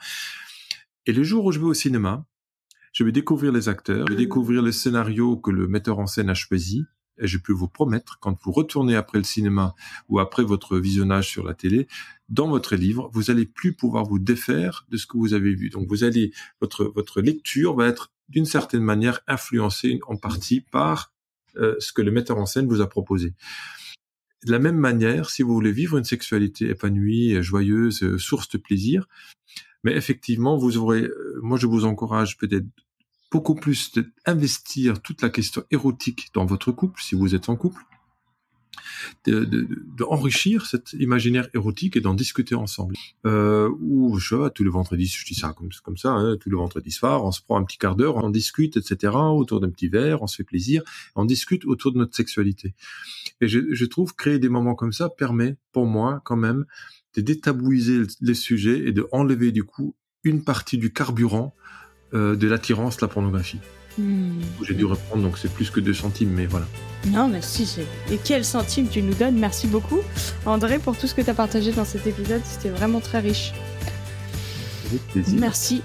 Et le jour où je vais au cinéma, je vais découvrir les acteurs, je vais découvrir le scénario que le metteur en scène a choisi. Et je peux vous promettre, quand vous retournez après le cinéma ou après votre visionnage sur la télé, dans votre livre, vous allez plus pouvoir vous défaire de ce que vous avez vu. Donc, vous allez, votre, votre lecture va être d'une certaine manière influencée en partie par euh, ce que le metteur en scène vous a proposé. De la même manière, si vous voulez vivre une sexualité épanouie, joyeuse, source de plaisir, mais effectivement, vous aurez, euh, moi je vous encourage peut-être beaucoup plus d'investir toute la question érotique dans votre couple, si vous êtes en couple, de, de, de enrichir cet imaginaire érotique et d'en discuter ensemble. Euh, ou je sais pas, tous les vendredis, je dis ça comme comme ça, hein, tous les vendredis soirs, on se prend un petit quart d'heure, on discute, et cetera, autour d'un petit verre, on se fait plaisir, on discute autour de notre sexualité. Et je, je trouve créer des moments comme ça permet, pour moi, quand même, de détabouiser les sujets et de enlever du coup une partie du carburant euh, de l'attirance, la pornographie. Mmh. J'ai dû reprendre, donc c'est plus que deux centimes, mais voilà. Non, mais si, c'est... Et quels centimes tu nous donnes. Merci beaucoup, André, pour tout ce que tu as partagé dans cet épisode. C'était vraiment très riche. Avec plaisir. Merci.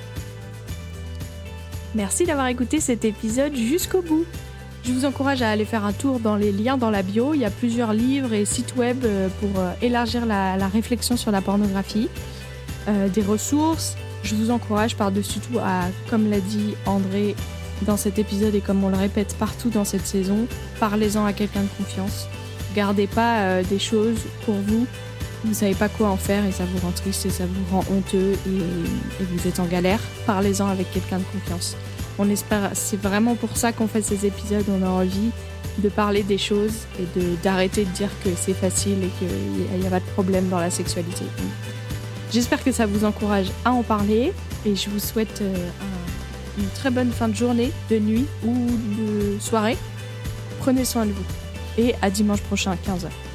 Merci d'avoir écouté cet épisode jusqu'au bout. Je vous encourage à aller faire un tour dans les liens dans la bio. Il y a plusieurs livres et sites web pour élargir la, la réflexion sur la pornographie. Euh, des ressources. Je vous encourage par-dessus tout à, comme l'a dit André dans cet épisode et comme on le répète partout dans cette saison, parlez-en à quelqu'un de confiance. Gardez pas euh, des choses pour vous. Vous savez pas quoi en faire et ça vous rend triste et ça vous rend honteux et, et vous êtes en galère. Parlez-en avec quelqu'un de confiance. On espère, c'est vraiment pour ça qu'on fait ces épisodes. On a envie de parler des choses et de, d'arrêter de dire que c'est facile et qu'il n'y a, a pas de problème dans la sexualité. J'espère que ça vous encourage à en parler et je vous souhaite euh, un, une très bonne fin de journée, de nuit ou de soirée. Prenez soin de vous et à dimanche prochain à quinze heures.